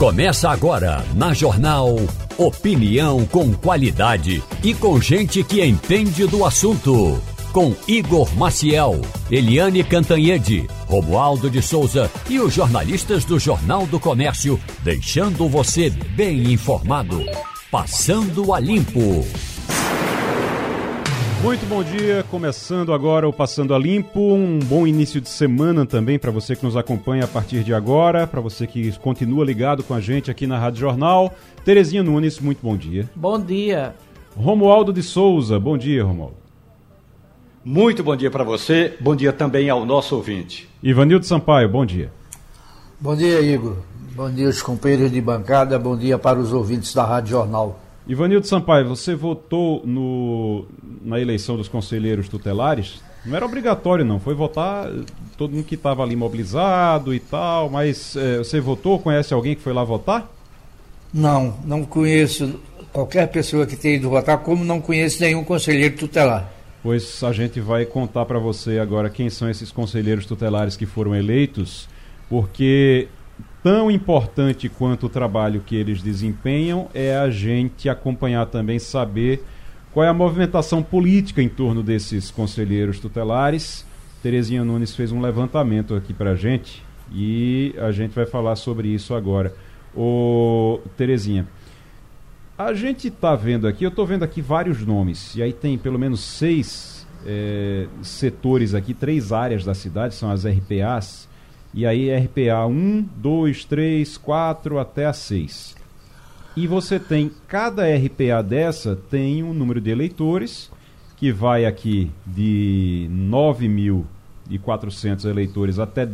Começa agora na Jornal Opinião com qualidade e com gente que entende do assunto. Com Igor Maciel, Eliane Cantanhede, Romualdo de Souza e os jornalistas do Jornal do Comércio, deixando você bem informado. Passando a Limpo. Muito bom dia, começando agora o Passando a Limpo, um bom início de semana também para você que nos acompanha a partir de agora, para você que continua ligado com a gente aqui na Rádio Jornal. Terezinha Nunes, muito bom dia. Bom dia. Romualdo de Souza, bom dia, Romualdo. Muito bom dia para você, bom dia também ao nosso ouvinte. Ivanildo Sampaio, bom dia. Bom dia, Igor. Bom dia aos companheiros de bancada, bom dia para os ouvintes da Rádio Jornal. Ivanildo Sampaio, você votou na eleição dos conselheiros tutelares? Não era obrigatório não, foi votar todo mundo que estava ali mobilizado e tal, mas você votou, conhece alguém que foi lá votar? Não conheço qualquer pessoa que tenha ido votar, como não conheço nenhum conselheiro tutelar. Pois a gente vai contar para você agora quem são esses conselheiros tutelares que foram eleitos, porque tão importante quanto o trabalho que eles desempenham é a gente acompanhar também, saber qual é a movimentação política em torno desses conselheiros tutelares. Terezinha Nunes fez um levantamento aqui para a gente e a gente vai falar sobre isso agora. Ô, Terezinha, a gente está vendo aqui, eu estou vendo aqui vários nomes, e aí tem pelo menos 6 setores aqui, 3 áreas da cidade, são as RPAs, e aí RPA 1, 2, 3, 4 até a 6. E você tem, cada RPA dessa tem um número de eleitores, que vai aqui de 9.400 eleitores até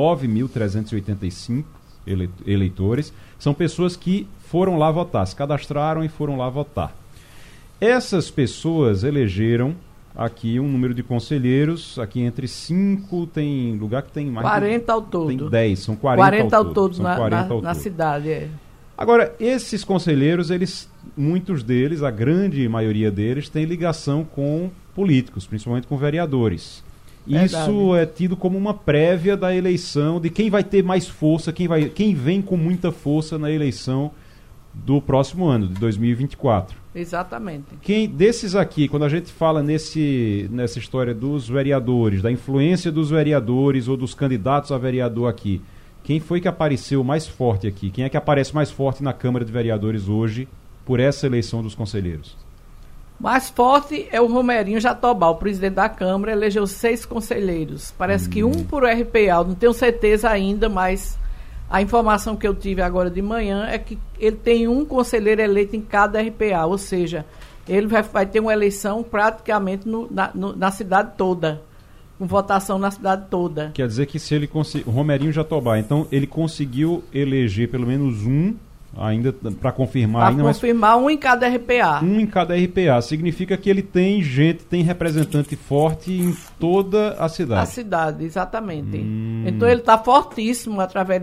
19.385 eleitores. São pessoas que foram lá votar, se cadastraram e foram lá votar. Essas pessoas elegeram aqui um número de conselheiros, aqui entre 5, tem lugar que tem mais 40 ao todo. Tem 10, são 40 ao todo. Na cidade, é. Agora, esses conselheiros, muitos deles, a grande maioria deles, tem ligação com políticos, principalmente com vereadores. Verdade. Isso é tido como uma prévia da eleição, de quem vai ter mais força, quem vem com muita força na eleição do próximo ano, de 2024. Exatamente. Quem desses aqui, quando a gente fala nessa história dos vereadores, da influência dos vereadores ou dos candidatos a vereador aqui, quem foi que apareceu mais forte aqui? Quem é que aparece mais forte na Câmara de Vereadores hoje por essa eleição dos conselheiros? Mais forte é o Romerinho Jatobá, o presidente da Câmara, elegeu 6 conselheiros. Parece que um por RPA, eu não tenho certeza ainda, mas a informação que eu tive agora de manhã é que ele tem um conselheiro eleito em cada RPA, ou seja, ele vai ter uma eleição praticamente na cidade toda, com votação na cidade toda. Quer dizer que se ele conseguir, Romerinho Jatobá, então ele conseguiu eleger pelo menos um, ainda para confirmar. Para confirmar, um em cada RPA. Um em cada RPA. Significa que ele tem representante forte em toda a cidade. A cidade, exatamente. Então ele está fortíssimo através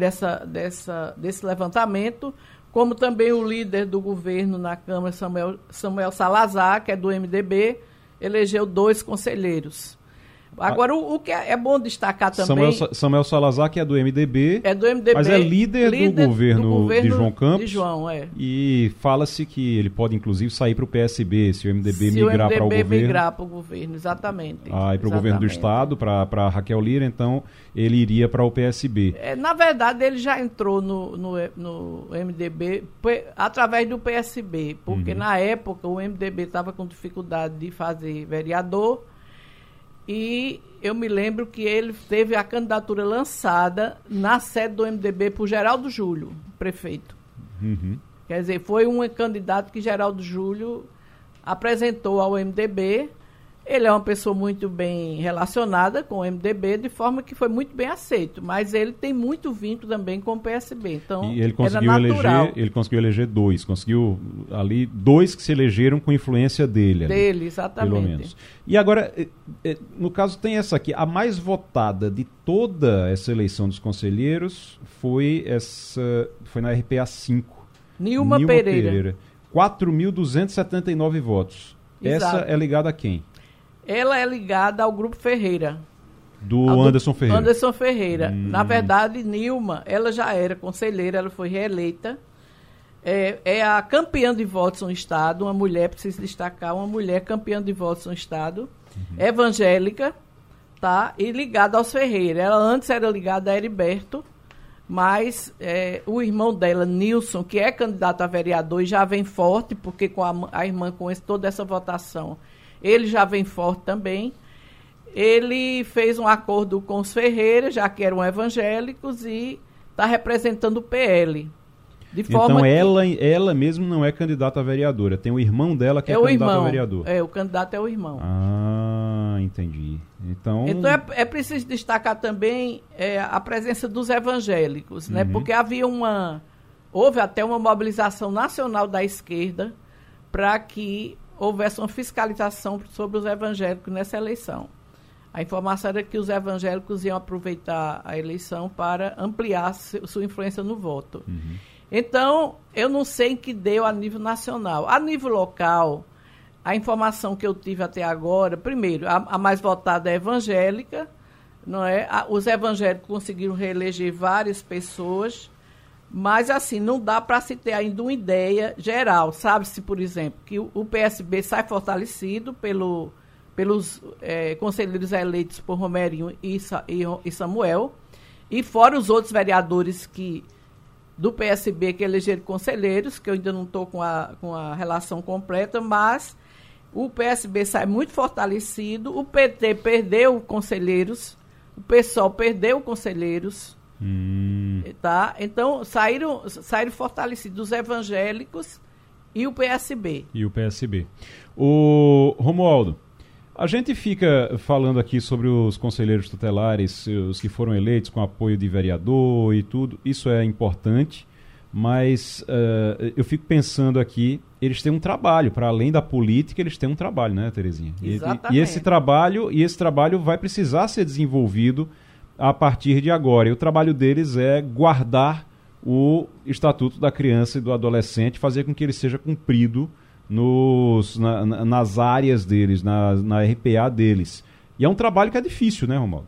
desse levantamento, como também o líder do governo na Câmara, Samuel Salazar, que é do MDB, elegeu 2 conselheiros. Agora, o que é bom destacar também... Samuel Salazar, que é do MDB. É do MDB. Mas é líder do governo de João Campos. De João, é. E fala-se que ele pode, inclusive, sair para o PSB, se o MDB migrar para o governo. Se o MDB migrar para o governo, exatamente. E para o governo do Estado, para Raquel Lira, então, ele iria para o PSB. Na verdade, ele já entrou no MDB através do PSB, porque na época o MDB estava com dificuldade de fazer vereador. E eu me lembro que ele teve a candidatura lançada na sede do MDB por Geraldo Júlio, prefeito. Quer dizer, foi um candidato que Geraldo Júlio apresentou ao MDB. Ele é uma pessoa muito bem relacionada com o MDB, de forma que foi muito bem aceito. Mas ele tem muito vínculo também com o PSB. Então, e ele conseguiu eleger 2. Conseguiu ali 2 que se elegeram com influência dele. Dele, exatamente. Pelo menos. E agora, no caso tem essa aqui. A mais votada de toda essa eleição dos conselheiros foi na RPA 5. Nilma Pereira. 4.279 votos. Exato. Essa é ligada a quem? Ela é ligada ao Grupo Ferreira. Do Anderson Ferreira. Anderson Ferreira. Na verdade, Nilma, ela já era conselheira, ela foi reeleita. É a campeã de votos no Estado, uma mulher, preciso destacar, uma mulher campeã de votos no Estado, evangélica, tá? E ligada aos Ferreira. Ela antes era ligada a Heriberto, mas o irmão dela, Nilson, que é candidato a vereador e já vem forte, porque com a irmã, com toda essa votação, ele já vem forte também. Ele fez um acordo com os Ferreira, já que eram evangélicos, e está representando o PL. Então ela mesmo não é candidata a vereadora, tem o irmão dela que é candidato a vereador. O candidato é o irmão. Ah, entendi. Então é preciso destacar também a presença dos evangélicos, né? Porque houve até uma mobilização nacional da esquerda para que houvesse uma fiscalização sobre os evangélicos nessa eleição. A informação era que os evangélicos iam aproveitar a eleição para ampliar sua influência no voto. Então, eu não sei em que deu a nível nacional. A nível local, a informação que eu tive até agora, primeiro, a mais votada é evangélica, não é? Os evangélicos conseguiram reeleger várias pessoas, mas, assim, não dá para se ter ainda uma ideia geral. Sabe-se, por exemplo, que o PSB sai fortalecido pelos conselheiros eleitos por Romerinho e Samuel, e fora os outros vereadores do PSB que elegeram conselheiros, que eu ainda não estou com a relação completa, mas o PSB sai muito fortalecido, o PT perdeu conselheiros, o PSOL perdeu conselheiros, tá? Então saíram fortalecidos os evangélicos e o PSB. O Romualdo, a gente fica falando aqui sobre os conselheiros tutelares, os que foram eleitos com apoio de vereador e tudo, isso é importante, mas eu fico pensando aqui, eles têm um trabalho, para além da política, eles têm um trabalho, né, Terezinha? Exatamente. E esse trabalho vai precisar ser desenvolvido a partir de agora, e o trabalho deles é guardar o Estatuto da Criança e do Adolescente, fazer com que ele seja cumprido nas áreas deles, na RPA deles. E é um trabalho que é difícil, né, Romualdo?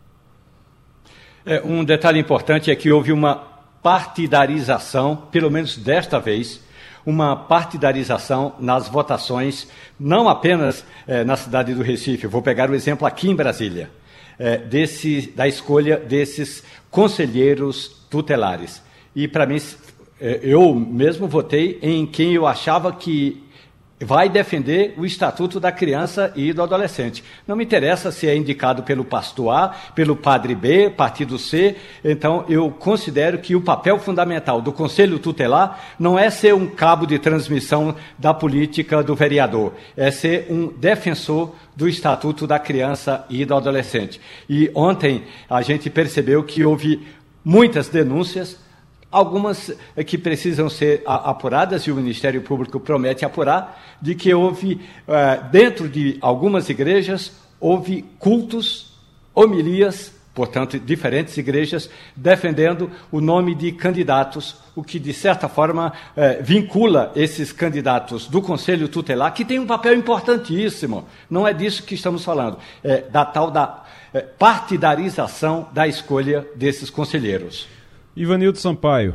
Um detalhe importante é que houve uma partidarização, pelo menos desta vez, uma partidarização nas votações, não apenas na cidade do Recife. Eu vou pegar o exemplo aqui em Brasília, da escolha desses conselheiros tutelares. E, para mim, eu mesmo votei em quem eu achava que vai defender o Estatuto da Criança e do Adolescente. Não me interessa se é indicado pelo pastor A, pelo padre B, partido C. Então, eu considero que o papel fundamental do Conselho Tutelar não é ser um cabo de transmissão da política do vereador, é ser um defensor do Estatuto da Criança e do Adolescente. E ontem a gente percebeu que houve muitas denúncias, algumas que precisam ser apuradas, e o Ministério Público promete apurar, de que houve, dentro de algumas igrejas, houve cultos, homilias, portanto, diferentes igrejas, defendendo o nome de candidatos, o que, de certa forma, vincula esses candidatos do Conselho Tutelar, que tem um papel importantíssimo. Não é disso que estamos falando, da tal da partidarização da escolha desses conselheiros. Ivanildo Sampaio.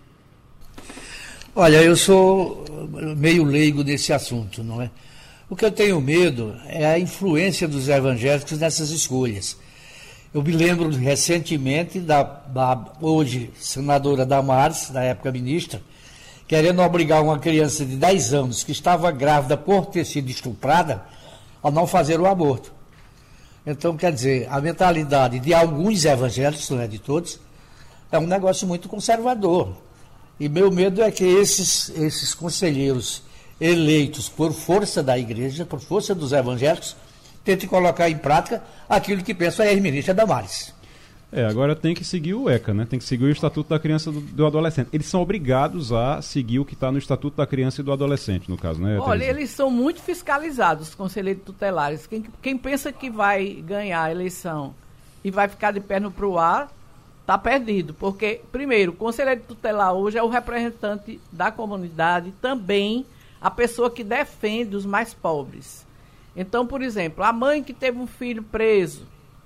Olha, eu sou meio leigo nesse assunto, não é? O que eu tenho medo é a influência dos evangélicos nessas escolhas. Eu me lembro recentemente da hoje senadora Damares, da época ministra, querendo obrigar uma criança de 10 anos que estava grávida por ter sido estuprada a não fazer o aborto. Então, quer dizer, a mentalidade de alguns evangélicos, não é de todos, é um negócio muito conservador. E meu medo é que esses conselheiros eleitos por força da igreja, por força dos evangélicos, tentem colocar em prática aquilo que pensa a ex-ministra Damares. Agora tem que seguir o ECA, né? Tem que seguir o Estatuto da Criança e do Adolescente. Eles são obrigados a seguir o que está no Estatuto da Criança e do Adolescente, no caso, né? Olha, eles são muito fiscalizados, os conselheiros tutelares. Quem pensa que vai ganhar a eleição e vai ficar de perna para o ar, está perdido. Porque, primeiro, o conselheiro tutelar hoje é o representante da comunidade, também a pessoa que defende os mais pobres. Então, por exemplo, a mãe que teve um filho preso,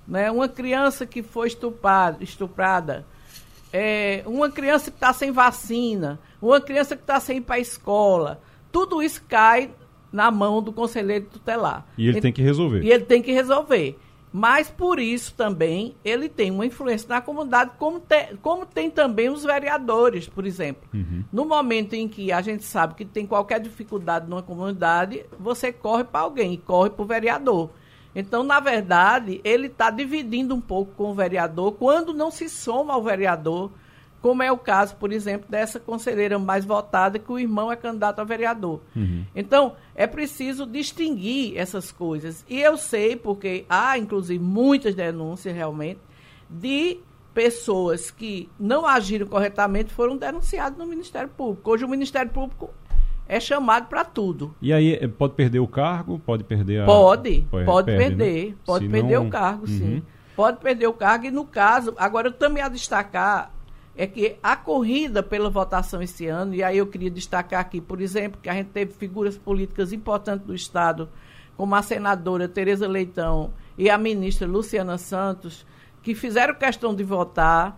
né? Uma criança que foi estuprada, uma criança que está sem vacina, uma criança que está sem ir para a escola, tudo isso cai na mão do conselheiro tutelar. E ele tem que resolver. E ele tem que resolver. Mas, por isso, também, ele tem uma influência na comunidade, como tem também os vereadores, por exemplo. No momento em que a gente sabe que tem qualquer dificuldade numa comunidade, você corre para alguém, e corre para o vereador. Então, na verdade, ele está dividindo um pouco com o vereador, quando não se soma ao vereador, como é o caso, por exemplo, dessa conselheira mais votada, que o irmão é candidato a vereador. Então, é preciso distinguir essas coisas. E eu sei, porque há, inclusive, muitas denúncias, realmente, de pessoas que não agiram corretamente foram denunciadas no Ministério Público. Hoje, o Ministério Público é chamado para tudo. E aí, pode perder o cargo? Pode perder a... Pode perde, perder. Né? Pode perder o cargo, sim. Pode perder o cargo. E, no caso, agora, eu também a destacar é que a corrida pela votação esse ano, e aí eu queria destacar aqui, por exemplo, que a gente teve figuras políticas importantes do Estado, como a senadora Tereza Leitão e a ministra Luciana Santos, que fizeram questão de votar,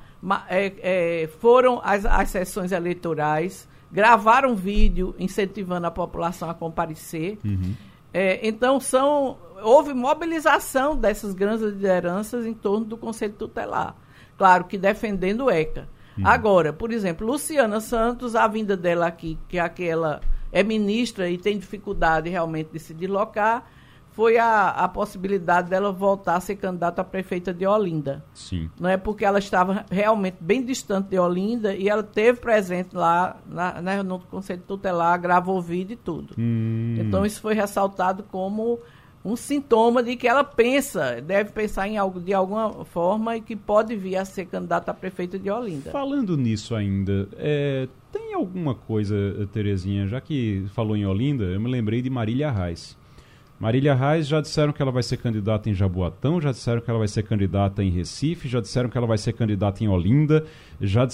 foram às sessões eleitorais, gravaram vídeo incentivando a população a comparecer. Então, houve mobilização dessas grandes lideranças em torno do Conselho Tutelar. Claro que defendendo o ECA. Agora, por exemplo, Luciana Santos, a vinda dela aqui, que ela é ministra e tem dificuldade realmente de se deslocar, foi a possibilidade dela voltar a ser candidata a prefeita de Olinda. Sim. Não é porque ela estava realmente bem distante de Olinda e ela esteve presente lá no Conselho Tutelar, gravou vídeo e tudo. Então, isso foi ressaltado como um sintoma de que ela deve pensar em algo de alguma forma e que pode vir a ser candidata a prefeita de Olinda. Falando nisso ainda, tem alguma coisa, Terezinha, já que falou em Olinda, eu me lembrei de Marília Reis. Marília Reis, já disseram que ela vai ser candidata em Jaboatão, já disseram que ela vai ser candidata em Recife, já disseram que ela vai ser candidata em Olinda, já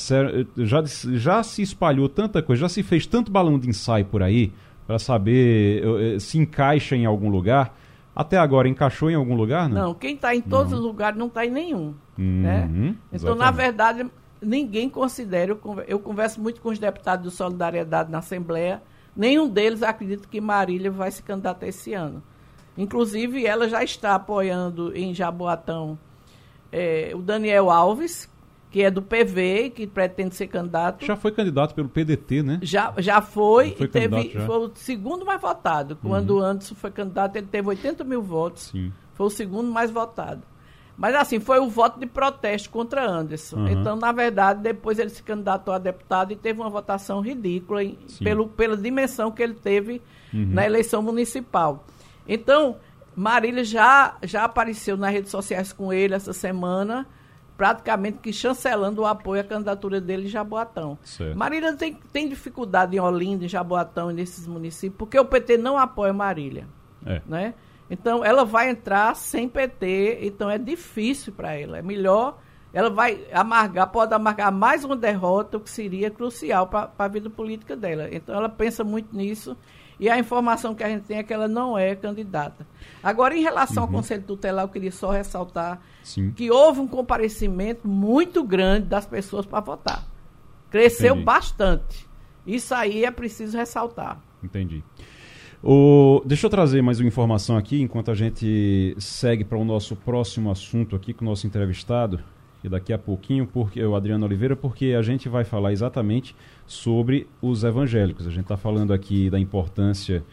se espalhou tanta coisa, já se fez tanto balão de ensaio por aí para saber se encaixa em algum lugar. Até agora encaixou em algum lugar, não? Não, quem está em todos os lugares não está em nenhum. Né? Então, exatamente. na verdade, ninguém considera, eu converso muito com os deputados do Solidariedade na Assembleia, nenhum deles acredita que Marília vai se candidatar esse ano. Inclusive, ela já está apoiando em Jaboatão o Daniel Alves, que é do PV, que pretende ser candidato. Já foi candidato pelo PDT, né? Já foi, já. Foi o segundo mais votado. Quando o Anderson foi candidato, ele teve 80 mil votos. Sim. Foi o segundo mais votado. Mas, assim, foi o voto de protesto contra Anderson. Então, na verdade, depois ele se candidatou a deputado e teve uma votação ridícula pela dimensão que ele teve na eleição municipal. Então, Marília já apareceu nas redes sociais com ele essa semana, praticamente que chancelando o apoio à candidatura dele em Jaboatão. Certo. Marília tem dificuldade em Olinda, em Jaboatão e nesses municípios, porque o PT não apoia Marília. Né? Então, ela vai entrar sem PT, então é difícil para ela. É melhor, ela pode amargar mais uma derrota, o que seria crucial para a vida política dela. Então, ela pensa muito nisso. E a informação que a gente tem é que ela não é candidata. Agora, em relação ao Conselho Tutelar, eu queria só ressaltar que houve um comparecimento muito grande das pessoas para votar. Cresceu bastante. Isso aí é preciso ressaltar. Entendi. Deixa eu trazer mais uma informação aqui, enquanto a gente segue para o nosso próximo assunto aqui com o nosso entrevistado, e daqui a pouquinho, o Adriano Oliveira, porque a gente vai falar exatamente sobre os evangélicos. A gente está falando aqui da importância,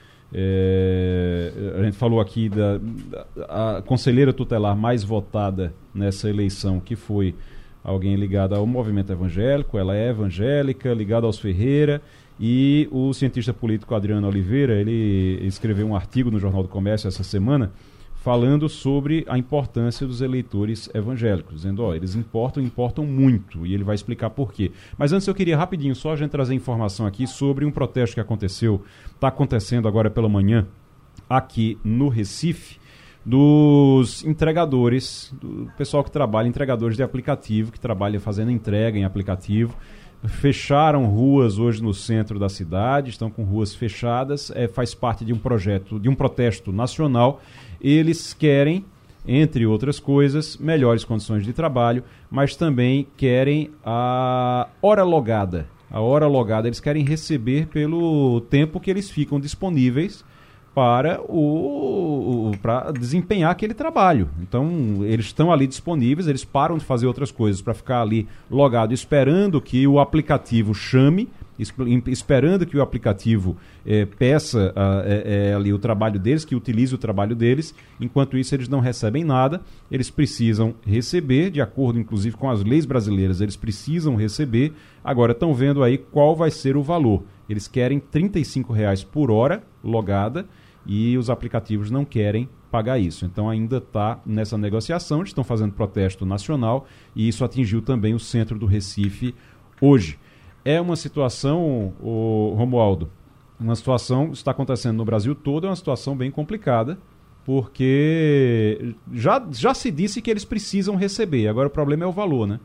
a gente falou aqui a conselheira tutelar mais votada nessa eleição, que foi alguém ligado ao movimento evangélico, ela é evangélica, ligada aos Ferreira, e o cientista político Adriano Oliveira, ele escreveu um artigo no Jornal do Comércio essa semana, falando sobre a importância dos eleitores evangélicos, dizendo, eles importam muito, e ele vai explicar por quê. Mas antes eu queria rapidinho só a gente trazer informação aqui sobre um protesto que está acontecendo agora pela manhã, aqui no Recife, dos entregadores, do pessoal que trabalha, entregadores de aplicativo, que trabalha fazendo entrega em aplicativo. Fecharam ruas hoje no centro da cidade, estão com ruas fechadas, faz parte de um projeto, de um protesto nacional. Eles querem entre outras coisas, melhores condições de trabalho, mas também querem a hora logada. A hora logada eles querem receber pelo tempo que eles ficam disponíveis para desempenhar aquele trabalho. Então, eles estão ali disponíveis, eles param de fazer outras coisas para ficar ali logado, esperando que o aplicativo chame, esperando que o aplicativo peça ali o trabalho deles, que utilize o trabalho deles. Enquanto isso, eles não recebem nada. Eles precisam receber, de acordo inclusive com as leis brasileiras, eles precisam receber. Agora estão vendo aí qual vai ser o valor. Eles querem R$ 35,00 por hora logada e os aplicativos não querem pagar isso. Então ainda está nessa negociação, eles estão fazendo protesto nacional e isso atingiu também o centro do Recife hoje. É uma situação, Romualdo, uma situação que está acontecendo no Brasil todo, é uma situação bem complicada, porque já se disse que eles precisam receber, agora o problema é o valor, né?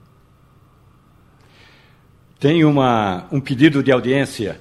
Tem um pedido de audiência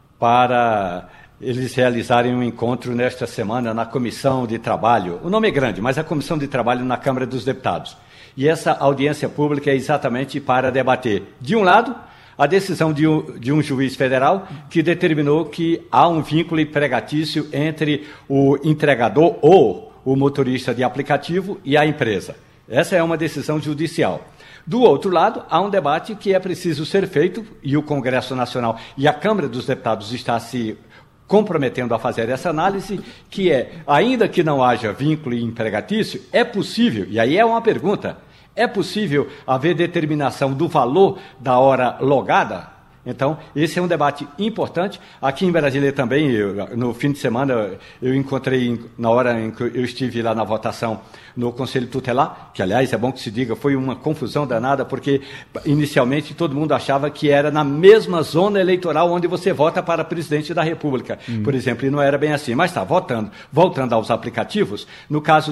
para eles realizarem um encontro nesta semana na Comissão de Trabalho. O nome é grande, mas a Comissão de Trabalho na Câmara dos Deputados. E essa audiência pública é exatamente para debater, de um lado, a decisão de um juiz federal que determinou que há um vínculo empregatício entre o entregador ou o motorista de aplicativo e a empresa. Essa é uma decisão judicial. Do outro lado, há um debate que é preciso ser feito, e o Congresso Nacional e a Câmara dos Deputados está se comprometendo a fazer essa análise, que é, ainda que não haja vínculo empregatício, é possível, e aí é uma pergunta, é possível haver determinação do valor da hora logada? Então, esse é um debate importante. Aqui em Brasília também, no fim de semana, eu encontrei, na hora em que eu estive lá na votação no Conselho Tutelar, que, aliás, é bom que se diga, foi uma confusão danada, porque inicialmente todo mundo achava que era na mesma zona eleitoral onde você vota para presidente da República, por exemplo, e não era bem assim. Mas está, voltando aos aplicativos, no caso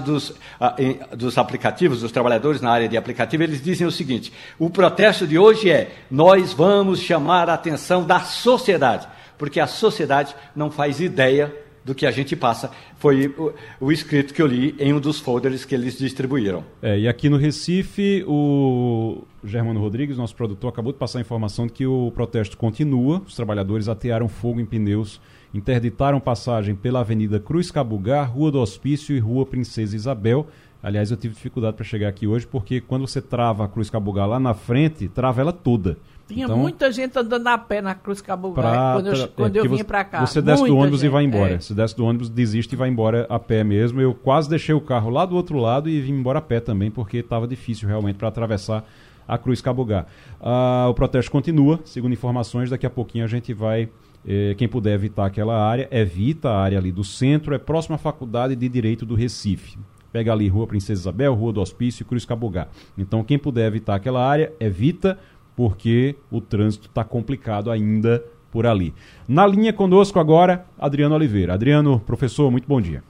dos aplicativos, dos trabalhadores na área de aplicativo, eles dizem o seguinte: o protesto de hoje é: nós vamos chamar a atenção da sociedade, porque a sociedade não faz ideia do que a gente passa. Foi o escrito que eu li em um dos folders que eles distribuíram. E aqui no Recife, o Germano Rodrigues, nosso produtor, acabou de passar a informação de que o protesto continua. Os trabalhadores atearam fogo em pneus, interditaram passagem pela Avenida Cruz Cabugá, Rua do Hospício e Rua Princesa Isabel. Aliás, eu tive dificuldade para chegar aqui hoje, porque quando você trava a Cruz Cabugá lá na frente, trava ela toda. Tinha muita gente andando a pé na Cruz Cabugá quando eu vinha para cá. Você desce do ônibus e vai embora. Você desce do ônibus, desiste e vai embora a pé mesmo. Eu quase deixei o carro lá do outro lado e vim embora a pé também, porque estava difícil realmente para atravessar a Cruz Cabugá. O protesto continua, segundo informações, daqui a pouquinho a gente vai... quem puder evitar aquela área, evita a área ali do centro, é próxima à Faculdade de Direito do Recife. Pega ali Rua Princesa Isabel, Rua do Hospício e Cruz Cabugá. Então quem puder evitar aquela área, evita, porque o trânsito está complicado ainda por ali. Na linha conosco agora, Adriano Oliveira. Adriano, professor, muito bom dia.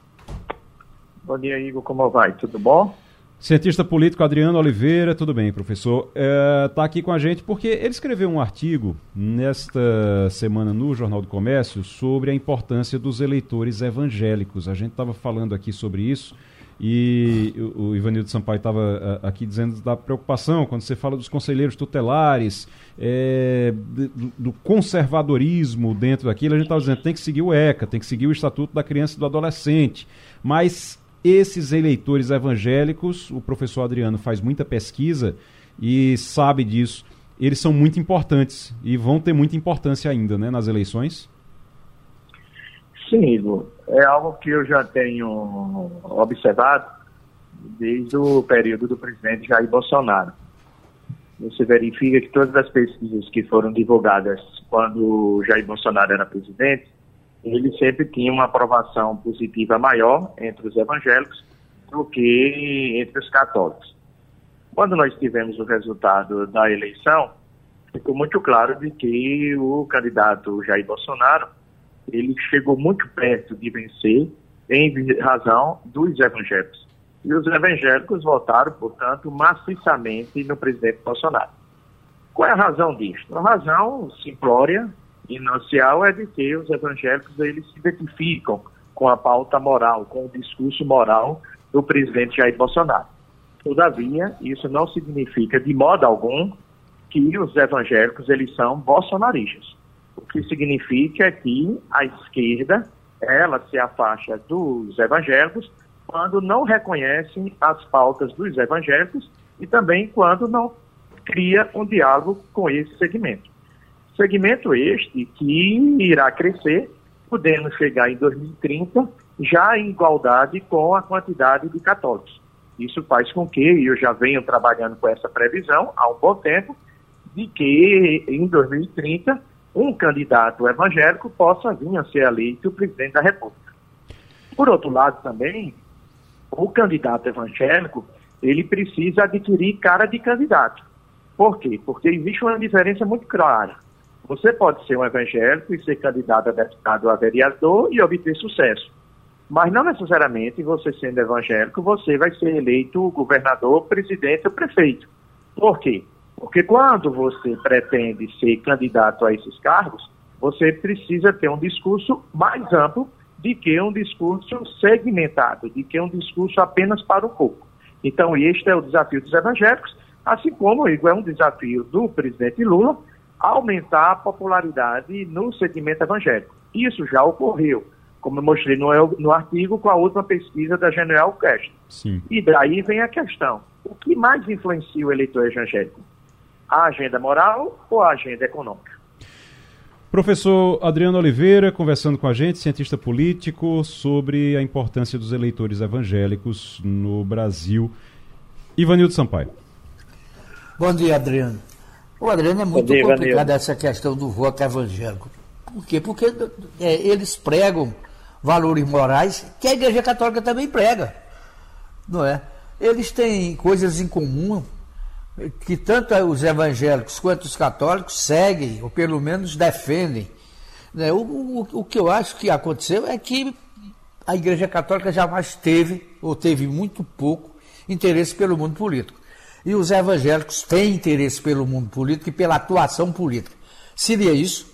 Bom dia, Igor. Como vai? Tudo bom? Cientista político Adriano Oliveira, tudo bem, professor? Está aqui com a gente porque ele escreveu um artigo nesta semana no Jornal do Comércio sobre a importância dos eleitores evangélicos. A gente estava falando aqui sobre isso. E o Ivanildo Sampaio estava aqui dizendo da preocupação quando você fala dos conselheiros tutelares, do conservadorismo dentro daquilo. A gente estava dizendo tem que seguir o ECA, tem que seguir o Estatuto da Criança e do Adolescente, mas esses eleitores evangélicos, o professor Adriano faz muita pesquisa e sabe disso, eles são muito importantes e vão ter muita importância ainda, né, nas eleições. Sim, Igor. É algo que eu já tenho observado desde o período do presidente Jair Bolsonaro. Você verifica que todas as pesquisas que foram divulgadas quando Jair Bolsonaro era presidente, ele sempre tinha uma aprovação positiva maior entre os evangélicos do que entre os católicos. Quando nós tivemos o resultado da eleição, ficou muito claro de que o candidato Jair Bolsonaro ele chegou muito perto de vencer em razão dos evangélicos. E os evangélicos votaram, portanto, maciçamente no presidente Bolsonaro. Qual é a razão disso? A razão simplória e inicial é de que os evangélicos eles se identificam com a pauta moral, com o discurso moral do presidente Jair Bolsonaro. Todavia, isso não significa de modo algum que os evangélicos eles são bolsonaristas. O que significa é que a esquerda ela se afasta dos evangélicos quando não reconhecem as pautas dos evangélicos e também quando não cria um diálogo com esse segmento. Segmento este que irá crescer, podendo chegar em 2030 já em igualdade com a quantidade de católicos. Isso faz com que, e eu já venho trabalhando com essa previsão há um bom tempo, de que em 2030 um candidato evangélico possa vir a ser eleito presidente da República. Por outro lado também, o candidato evangélico, ele precisa adquirir cara de candidato. Por quê? Porque existe uma diferença muito clara. Você pode ser um evangélico e ser candidato a deputado ou a vereador e obter sucesso. Mas não necessariamente você sendo evangélico, você vai ser eleito governador, presidente ou prefeito. Por quê? Porque quando você pretende ser candidato a esses cargos, você precisa ter um discurso mais amplo do que um discurso segmentado, do que um discurso apenas para o povo. Então, este é o desafio dos evangélicos, assim como é um desafio do presidente Lula aumentar a popularidade no segmento evangélico. Isso já ocorreu, como eu mostrei no artigo, com a última pesquisa da General Cast. Sim. E daí vem a questão, o que mais influencia o eleitor evangélico? A agenda moral ou a agenda econômica? Professor Adriano Oliveira, conversando com a gente, cientista político, sobre a importância dos eleitores evangélicos no Brasil. Ivanildo Sampaio. Bom dia, Adriano. O Adriano, é muito complicado essa questão do voto evangélico. Por quê? Porque eles pregam valores morais que a Igreja Católica também prega, não é? Eles têm coisas em comum que tanto os evangélicos quanto os católicos seguem, ou pelo menos defendem. Né? O que eu acho que aconteceu é que a Igreja Católica jamais teve, ou teve muito pouco, interesse pelo mundo político. E os evangélicos têm interesse pelo mundo político e pela atuação política. Seria isso?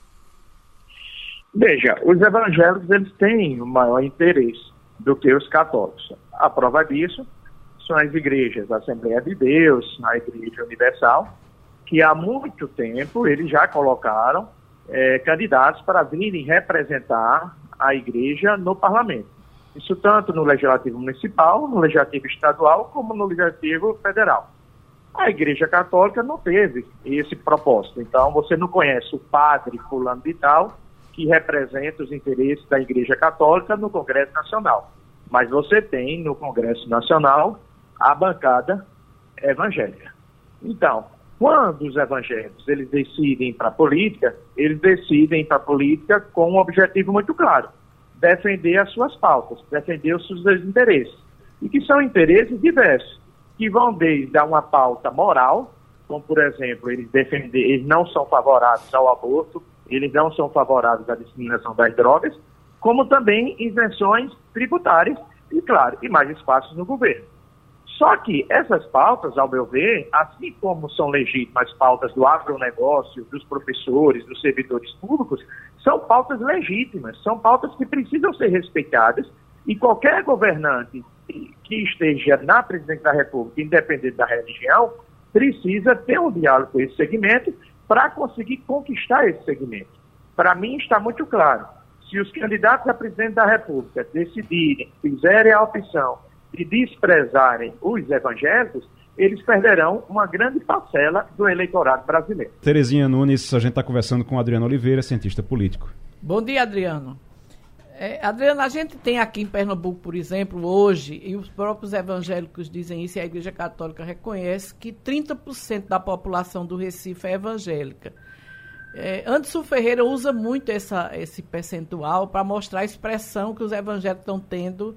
Veja, os evangélicos eles têm um maior interesse do que os católicos. A prova disso são as igrejas, a Assembleia de Deus, a Igreja Universal, que há muito tempo eles já colocaram candidatos para virem representar a igreja no parlamento. Isso tanto no Legislativo Municipal, no Legislativo Estadual, como no Legislativo Federal. A Igreja Católica não teve esse propósito. Então, você não conhece o padre fulano de tal que representa os interesses da Igreja Católica no Congresso Nacional. Mas você tem no Congresso Nacional a bancada evangélica. Então, quando os evangélicos eles decidem ir para a política, eles decidem ir para a política com um objetivo muito claro: defender as suas pautas, defender os seus interesses. E que são interesses diversos, que vão desde uma pauta moral, como, por exemplo, eles não são favoráveis ao aborto, eles não são favoráveis à discriminação das drogas, como também isenções tributárias e, claro, e mais espaços no governo. Só que essas pautas, ao meu ver, assim como são legítimas pautas do agronegócio, dos professores, dos servidores públicos, são pautas legítimas, são pautas que precisam ser respeitadas e qualquer governante que esteja na presidência da República, independente da religião, precisa ter um diálogo com esse segmento para conseguir conquistar esse segmento. Para mim está muito claro, se os candidatos a presidente da República decidirem, fizerem a opção de desprezarem os evangélicos, eles perderão uma grande parcela do eleitorado brasileiro. Terezinha Nunes, a gente está conversando com Adriano Oliveira, cientista político. Bom dia, Adriano. Adriano, a gente tem aqui em Pernambuco, por exemplo, hoje, e os próprios evangélicos dizem isso, e a Igreja Católica reconhece, que 30% da população do Recife é evangélica. Anderson Ferreira usa muito esse percentual para mostrar a expressão que os evangélicos estão tendo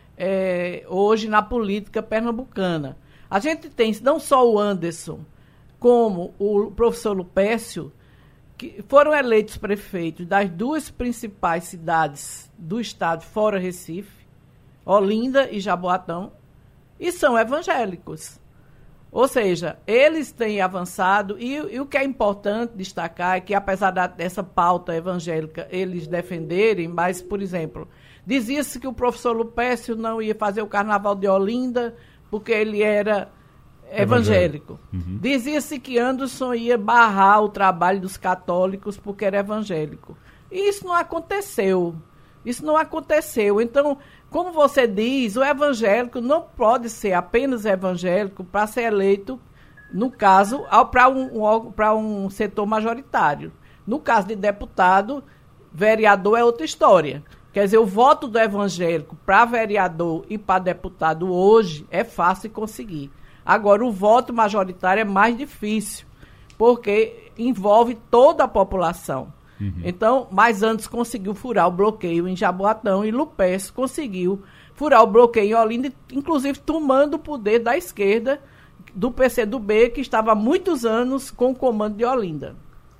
hoje na política pernambucana. A gente tem não só o Anderson, como o professor Lupécio, que foram eleitos prefeitos das duas principais cidades do estado, fora Recife, Olinda e Jaboatão, e são evangélicos. Ou seja, eles têm avançado, e o que é importante destacar é que, apesar dessa pauta evangélica eles defenderem, mas, por exemplo, Dizia-se que o professor Lupécio não ia fazer o Carnaval de Olinda porque ele era evangélico. Uhum. Dizia-se que Anderson ia barrar o trabalho dos católicos porque era evangélico. E isso não aconteceu. Então, como você diz, o evangélico não pode ser apenas evangélico para ser eleito, no caso, para um setor majoritário. No caso de deputado, vereador é outra história. Quer dizer, o voto do evangélico para vereador e para deputado hoje é fácil de conseguir. Agora, o voto majoritário é mais difícil, porque envolve toda a população. Uhum. Então, mas antes conseguiu furar o bloqueio em Jaboatão e Lupécio conseguiu furar o bloqueio em Olinda, inclusive tomando o poder da esquerda, do PCdoB, que estava há muitos anos com o comando de Olinda.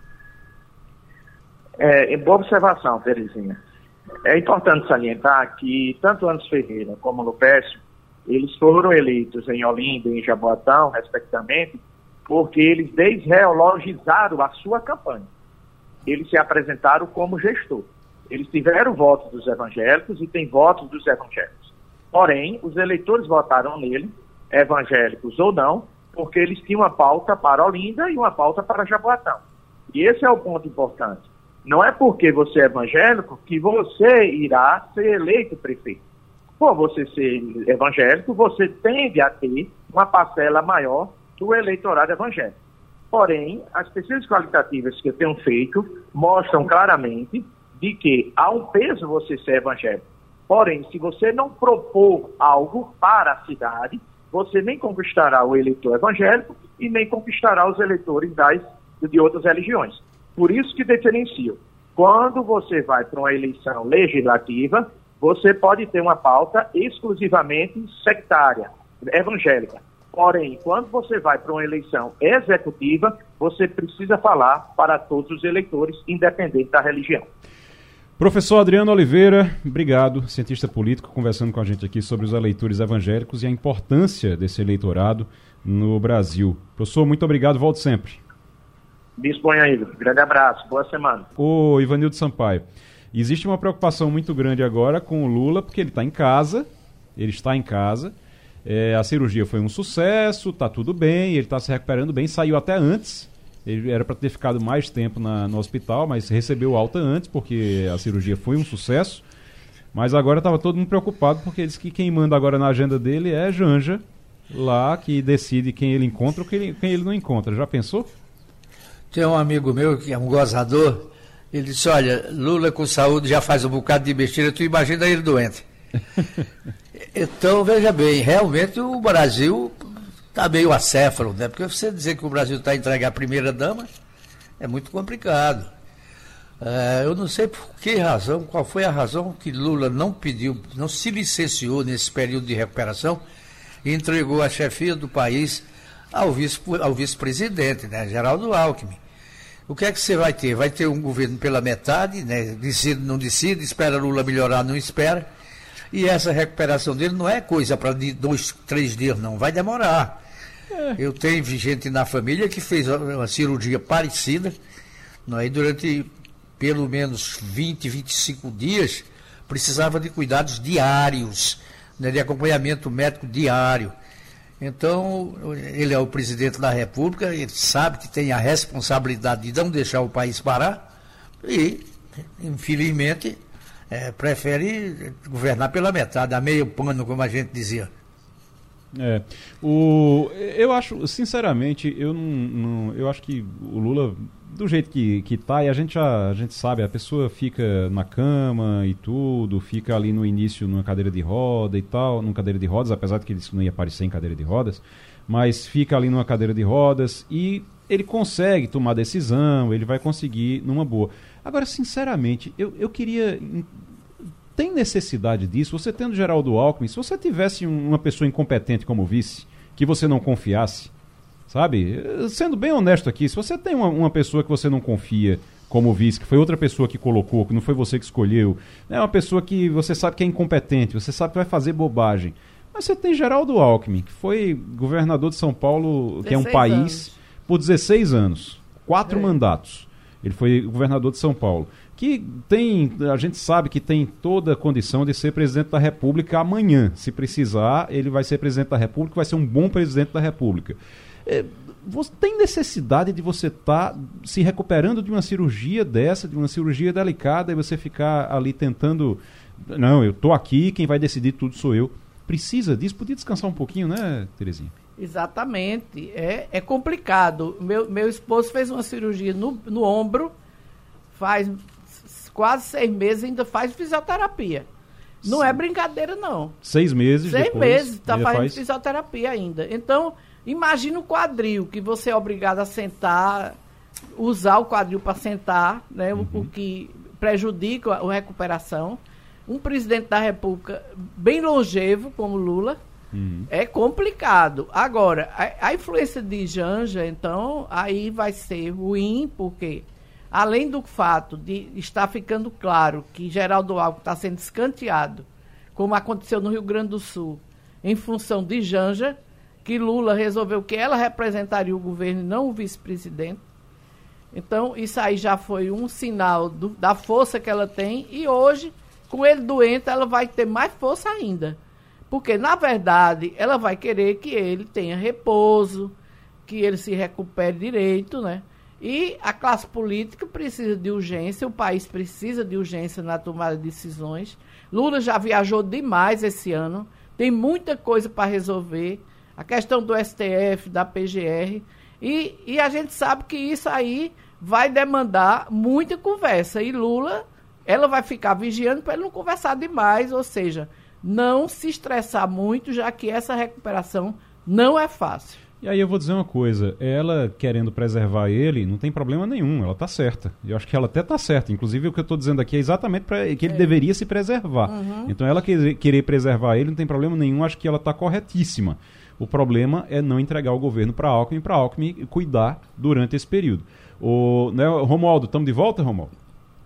Boa observação, Terezinha. É importante salientar que tanto Anderson Ferreira como Lupécio, eles foram eleitos em Olinda e em Jaboatão, respectivamente, porque eles desreologizaram a sua campanha. Eles se apresentaram como gestor. Eles tiveram votos dos evangélicos e têm votos dos evangélicos. Porém, os eleitores votaram nele, evangélicos ou não, porque eles tinham uma pauta para Olinda e uma pauta para Jaboatão. E esse é o ponto importante. Não é porque você é evangélico que você irá ser eleito prefeito. Por você ser evangélico, você tende a ter uma parcela maior do eleitorado evangélico. Porém, as pesquisas qualitativas que eu tenho feito mostram claramente de que há um peso você ser evangélico. Porém, se você não propor algo para a cidade, você nem conquistará o eleitor evangélico e nem conquistará os eleitores de outras religiões. Por isso que diferencio. Quando você vai para uma eleição legislativa, você pode ter uma pauta exclusivamente sectária, evangélica. Porém, quando você vai para uma eleição executiva, você precisa falar para todos os eleitores, independente da religião. Professor Adriano Oliveira, obrigado, cientista político, conversando com a gente aqui sobre os eleitores evangélicos e a importância desse eleitorado no Brasil. Professor, muito obrigado, volte sempre. Disponha, Igor. Grande abraço, boa semana. Ô, Ivanildo Sampaio, existe uma preocupação muito grande agora com o Lula, porque ele está em casa, a cirurgia foi um sucesso, está tudo bem, ele está se recuperando bem, saiu até antes. Ele era para ter ficado mais tempo no hospital, mas recebeu alta antes, porque a cirurgia foi um sucesso. Mas agora estava todo mundo preocupado, porque ele disse que quem manda agora na agenda dele é Janja, lá que decide quem ele encontra ou quem ele não encontra. Já pensou? Tem um amigo meu que é um gozador, ele disse, olha, Lula com saúde já faz um bocado de besteira, tu imagina ele doente. Então, veja bem, realmente o Brasil está meio acéfalo, né? Porque você dizer que o Brasil está a entregar a primeira-dama é muito complicado. Eu não sei por que razão, qual foi a razão que Lula não pediu, não se licenciou nesse período de recuperação e entregou a chefia do país ao vice-presidente, né, Geraldo Alckmin. O que é que você vai ter? Vai ter um governo pela metade, né? Decide, não decide, espera Lula melhorar, não espera. E essa recuperação dele não é coisa para 2, 3 dias, não. Vai demorar. Eu tenho gente na família que fez uma cirurgia parecida, não é? E durante pelo menos 20, 25 dias, precisava de cuidados diários, né? De acompanhamento médico diário. Então, ele é o presidente da República, ele sabe que tem a responsabilidade de não deixar o país parar e, infelizmente, prefere governar pela metade, a meio pano, como a gente dizia. Eu acho, sinceramente, eu acho que o Lula, do jeito que tá, e a gente sabe, a pessoa fica na cama e tudo, fica ali no início numa cadeira de roda e tal, numa cadeira de rodas, apesar de que ele disse que não ia aparecer em cadeira de rodas, mas fica ali numa cadeira de rodas e ele consegue tomar decisão, ele vai conseguir numa boa. Agora, sinceramente, eu queria... Tem necessidade disso? Você tendo Geraldo Alckmin, se você tivesse uma pessoa incompetente como vice, que você não confiasse, sabe? Sendo bem honesto aqui, se você tem uma pessoa que você não confia como vice, que foi outra pessoa que colocou, que não foi você que escolheu, é uma pessoa que você sabe que é incompetente, você sabe que vai fazer bobagem. Mas você tem Geraldo Alckmin, que foi governador de São Paulo, que é um país, por 16 anos, 4 mandatos. Ele foi governador de São Paulo, que a gente sabe que tem toda a condição de ser presidente da República amanhã. Se precisar, ele vai ser presidente da República, vai ser um bom presidente da República. Você tem necessidade de você estar se recuperando de uma cirurgia dessa, de uma cirurgia delicada, e você ficar ali tentando... Não, eu estou aqui, quem vai decidir tudo sou eu. Precisa disso? Podia descansar um pouquinho, né, Terezinha? Exatamente. É complicado. Meu esposo fez uma cirurgia no ombro, faz quase 6 meses, ainda faz fisioterapia. Não é brincadeira, não. 6 meses 6 depois, meses, está fazendo fisioterapia ainda. Então, imagina o quadril, que você é obrigado a sentar, usar o quadril para sentar, né, o que prejudica a recuperação. Um presidente da República bem longevo, como Lula, é complicado. Agora, a influência de Janja, então, aí vai ser ruim, porque, além do fato de estar ficando claro que Geraldo Alckmin está sendo escanteado, como aconteceu no Rio Grande do Sul, em função de Janja, que Lula resolveu que ela representaria o governo e não o vice-presidente. Então, isso aí já foi um sinal da força que ela tem, e hoje, com ele doente, ela vai ter mais força ainda. Porque, na verdade, ela vai querer que ele tenha repouso, que ele se recupere direito, né? E a classe política precisa de urgência, o país precisa de urgência na tomada de decisões. Lula já viajou demais esse ano, tem muita coisa para resolver, a questão do STF, da PGR, e a gente sabe que isso aí vai demandar muita conversa. E Lula, ela vai ficar vigiando para ele não conversar demais, ou seja, não se estressar muito, já que essa recuperação não é fácil. E aí eu vou dizer uma coisa, ela querendo preservar ele, não tem problema nenhum, ela está certa. Eu acho que ela até está certa, inclusive o que eu estou dizendo aqui é exatamente para que ele deveria se preservar. Então ela querer preservar ele não tem problema nenhum, acho que ela está corretíssima. O problema é não entregar o governo para Alckmin cuidar durante esse período. Né, Romualdo, estamos de volta, Romualdo?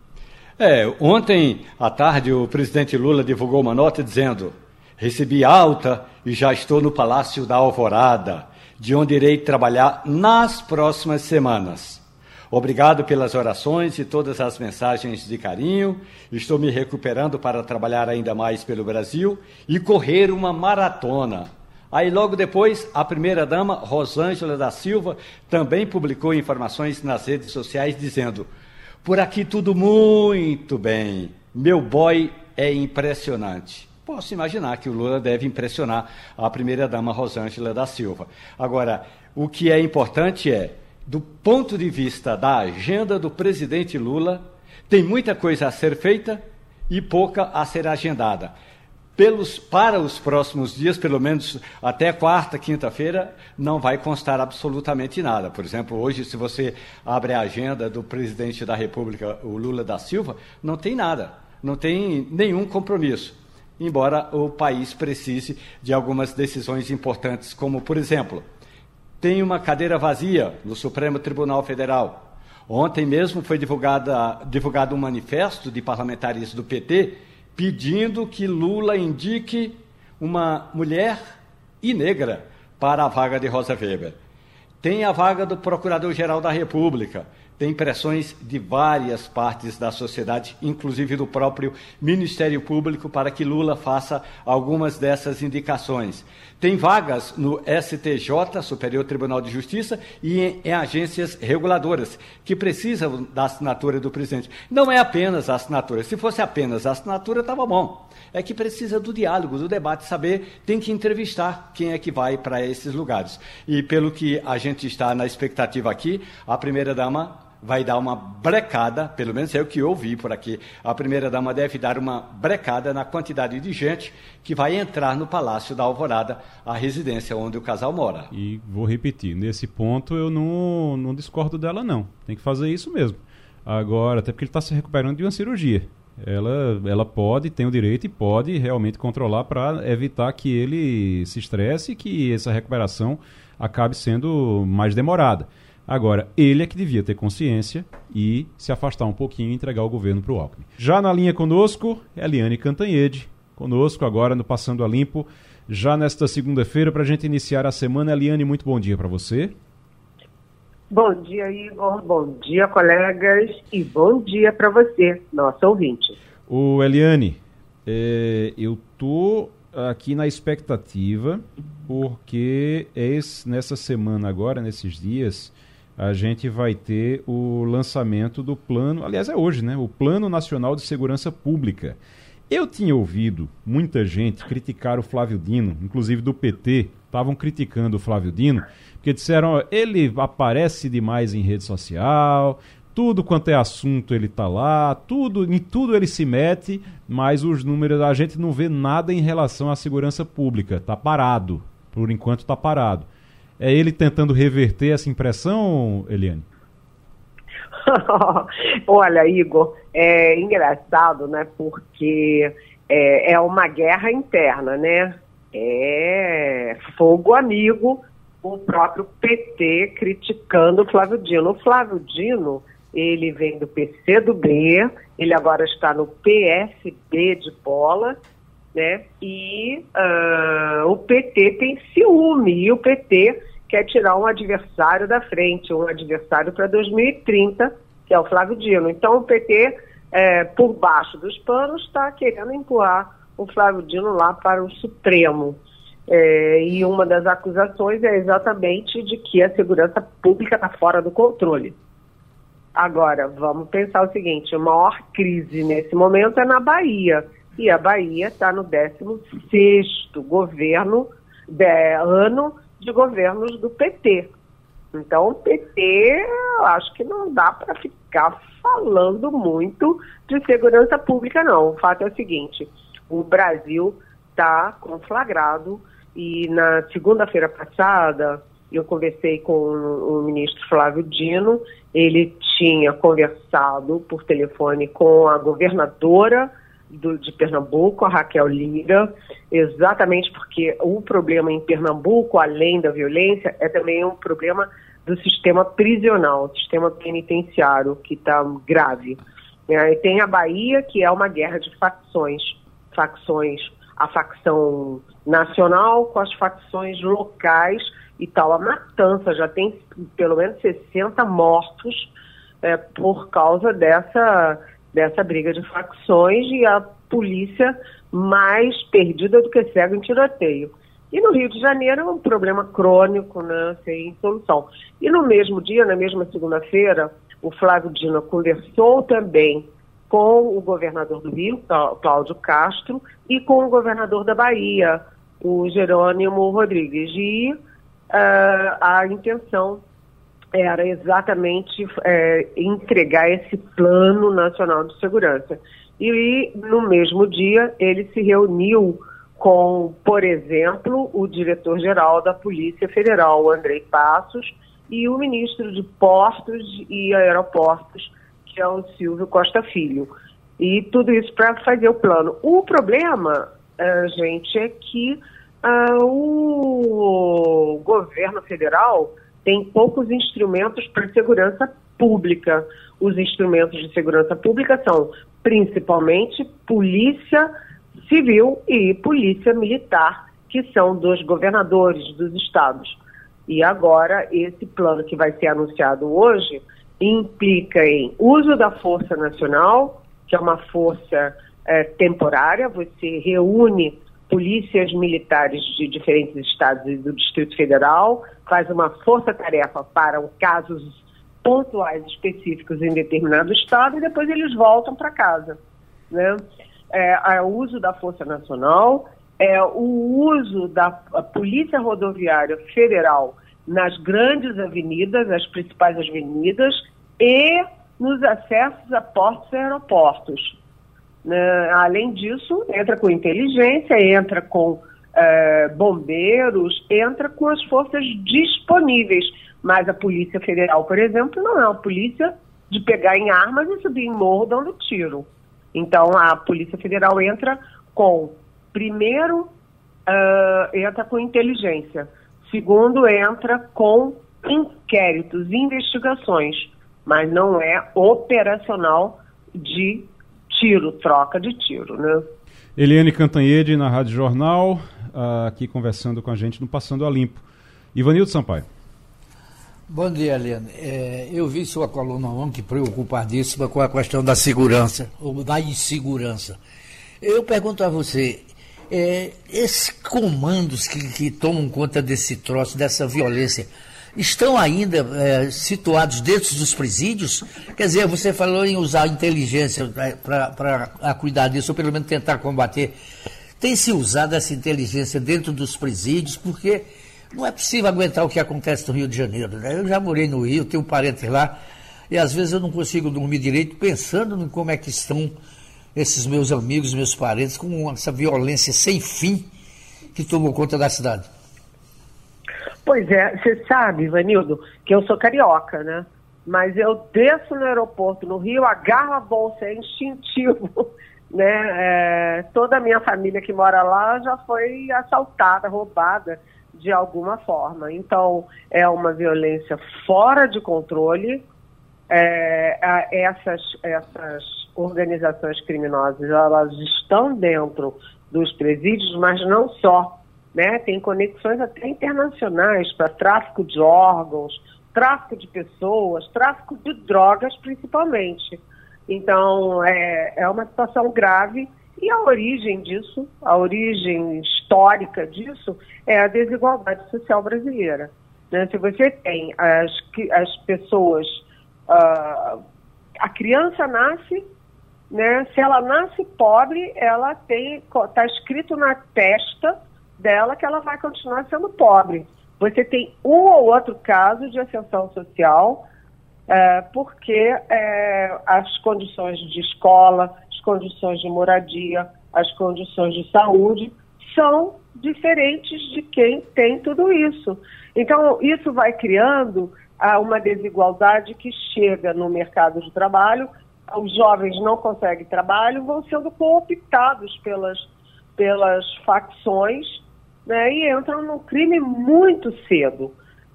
Ontem à tarde o presidente Lula divulgou uma nota dizendo: recebi alta e já estou no Palácio da Alvorada, de onde irei trabalhar nas próximas semanas. Obrigado pelas orações e todas as mensagens de carinho. Estou me recuperando para trabalhar ainda mais pelo Brasil e correr uma maratona. Aí logo depois, a primeira-dama, Rosângela da Silva, também publicou informações nas redes sociais dizendo: por aqui tudo muito bem, meu boy é impressionante. Posso imaginar que o Lula deve impressionar a primeira-dama Rosângela da Silva. Agora, o que é importante é, do ponto de vista da agenda do presidente Lula, tem muita coisa a ser feita e pouca a ser agendada. Para os próximos dias, pelo menos até quarta, quinta-feira, não vai constar absolutamente nada. Por exemplo, hoje, se você abre a agenda do presidente da República, o Lula da Silva, não tem nada, não tem nenhum compromisso. Embora o país precise de algumas decisões importantes, como, por exemplo, tem uma cadeira vazia no Supremo Tribunal Federal. Ontem mesmo foi divulgado um manifesto de parlamentares do PT pedindo que Lula indique uma mulher e negra para a vaga de Rosa Weber. Tem a vaga do Procurador-Geral da República. Tem pressões de várias partes da sociedade, inclusive do próprio Ministério Público, para que Lula faça algumas dessas indicações. Tem vagas no STJ, Superior Tribunal de Justiça, e em agências reguladoras, que precisam da assinatura do presidente. Não é apenas a assinatura. Se fosse apenas a assinatura, estava bom. É que precisa do diálogo, do debate, saber, tem que entrevistar quem é que vai para esses lugares. E pelo que a gente está na expectativa aqui, a primeira-dama vai dar uma brecada, pelo menos é o que eu ouvi por aqui, a primeira-dama deve dar uma brecada na quantidade de gente que vai entrar no Palácio da Alvorada, a residência onde o casal mora. E vou repetir, nesse ponto eu não discordo dela não, tem que fazer isso mesmo. Agora, até porque ele está se recuperando de uma cirurgia. Ela pode, tem o direito e pode realmente controlar para evitar que ele se estresse e que essa recuperação acabe sendo mais demorada. Agora, ele é que devia ter consciência e se afastar um pouquinho e entregar o governo para o Alckmin. Já na linha conosco, Eliane Cantanhede, conosco agora no Passando a Limpo, já nesta segunda-feira, para a gente iniciar a semana. Eliane, muito bom dia para você. Bom dia, Igor. Bom dia, colegas. E bom dia para você, nosso ouvinte. Ô, Eliane, eu tô aqui na expectativa, porque nessa semana agora, nesses dias, a gente vai ter o lançamento do plano, aliás é hoje, né? O Plano Nacional de Segurança Pública. Eu tinha ouvido muita gente criticar o Flávio Dino, inclusive do PT, estavam criticando o Flávio Dino, porque disseram, ó, ele aparece demais em rede social, tudo quanto é assunto ele está lá, em tudo ele se mete, mas os números, a gente não vê nada em relação à segurança pública, está parado, por enquanto está parado. É ele tentando reverter essa impressão, Eliane? Olha, Igor, é engraçado, né? Porque é uma guerra interna, né? É fogo amigo, o próprio PT criticando o Flávio Dino. O Flávio Dino, ele vem do PCdoB, ele agora está no PSB de bola, né? E o PT tem ciúme, e o PT quer tirar um adversário da frente, um adversário para 2030, que é o Flávio Dino. Então o PT, por baixo dos panos, está querendo empurrar o Flávio Dino lá para o Supremo. E uma das acusações é exatamente de que a segurança pública está fora do controle. Agora, vamos pensar o seguinte, a maior crise nesse momento é na Bahia, e a Bahia está no 16º ano de governos do PT. Então, o PT, eu acho que não dá para ficar falando muito de segurança pública, não. O fato é o seguinte, o Brasil está conflagrado, e na segunda-feira passada eu conversei com o ministro Flávio Dino, ele tinha conversado por telefone com a governadora de Pernambuco, a Raquel Lira, exatamente porque o problema em Pernambuco, além da violência, é também um problema do sistema prisional, sistema penitenciário, que está grave. E tem a Bahia, que é uma guerra de facções, a facção nacional com as facções locais e tal. A matança já tem pelo menos 60 mortos por causa dessa briga de facções, e a polícia mais perdida do que cega em tiroteio. E no Rio de Janeiro é um problema crônico, né, sem solução. E no mesmo dia, na mesma segunda-feira, o Flávio Dino conversou também com o governador do Rio, Cláudio Castro, e com o governador da Bahia, o Jerônimo Rodrigues. E a intenção era exatamente entregar esse Plano Nacional de Segurança. E no mesmo dia ele se reuniu com, por exemplo, o diretor-geral da Polícia Federal, o Andrei Passos, e o ministro de Portos e Aeroportos, que é o Silvio Costa Filho. E tudo isso para fazer o plano. O problema, gente, é que o governo federal tem poucos instrumentos para segurança pública. Os instrumentos de segurança pública são principalmente polícia civil e polícia militar, que são dos governadores dos estados. E agora, esse plano que vai ser anunciado hoje implica em uso da Força Nacional, que é uma força temporária. Você reúne polícias militares de diferentes estados e do Distrito Federal, faz uma força-tarefa para casos pontuais específicos em determinado estado, e depois eles voltam para casa, né? O uso da Força Nacional, o uso da Polícia Rodoviária Federal nas grandes avenidas, as principais avenidas, e nos acessos a portos e aeroportos. Além disso, entra com inteligência, entra com bombeiros, entra com as forças disponíveis. Mas a Polícia Federal, por exemplo, não é uma polícia de pegar em armas e subir em morro dando tiro. Então, a Polícia Federal entra com, primeiro, entra com inteligência. Segundo, entra com inquéritos, investigações, mas não é operacional de tiro, troca de tiro, né? Eliane Cantanhede, na Rádio Jornal, aqui conversando com a gente no Passando a Limpo. Ivanildo Sampaio. Bom dia, Eliane. Eu vi sua coluna ontem preocupadíssima com a questão da segurança, ou da insegurança. Eu pergunto a você, esses comandos que tomam conta desse troço, dessa violência, estão ainda situados dentro dos presídios? Quer dizer, você falou em usar a inteligência para cuidar disso, ou pelo menos tentar combater. Tem se usado essa inteligência dentro dos presídios? Porque não é possível aguentar o que acontece no Rio de Janeiro, né? Eu já morei no Rio, tenho parentes lá, e às vezes eu não consigo dormir direito pensando em como é que estão esses meus amigos, meus parentes, com essa violência sem fim que tomou conta da cidade. Pois é, você sabe, Ivanildo, que eu sou carioca, né? Mas eu desço no aeroporto no Rio, agarro a bolsa, é instintivo, né? Toda a minha família que mora lá já foi assaltada, roubada de alguma forma. Então, é uma violência fora de controle. Essas organizações criminosas, elas estão dentro dos presídios, mas não só. Né? Tem conexões até internacionais para tráfico de órgãos, tráfico de pessoas, tráfico de drogas principalmente. Então, é uma situação grave, e a origem disso, a origem histórica disso, é a desigualdade social brasileira. Né? Se você tem as pessoas, a criança nasce, né? Se ela nasce pobre, ela está escrito na testa dela que ela vai continuar sendo pobre. Você tem um ou outro caso de ascensão social, porque as condições de escola, as condições de moradia, as condições de saúde são diferentes de quem tem tudo isso. Então, isso vai criando uma desigualdade que chega no mercado de trabalho, os jovens não conseguem trabalho, vão sendo cooptados pelas facções, né, e entram no crime muito cedo.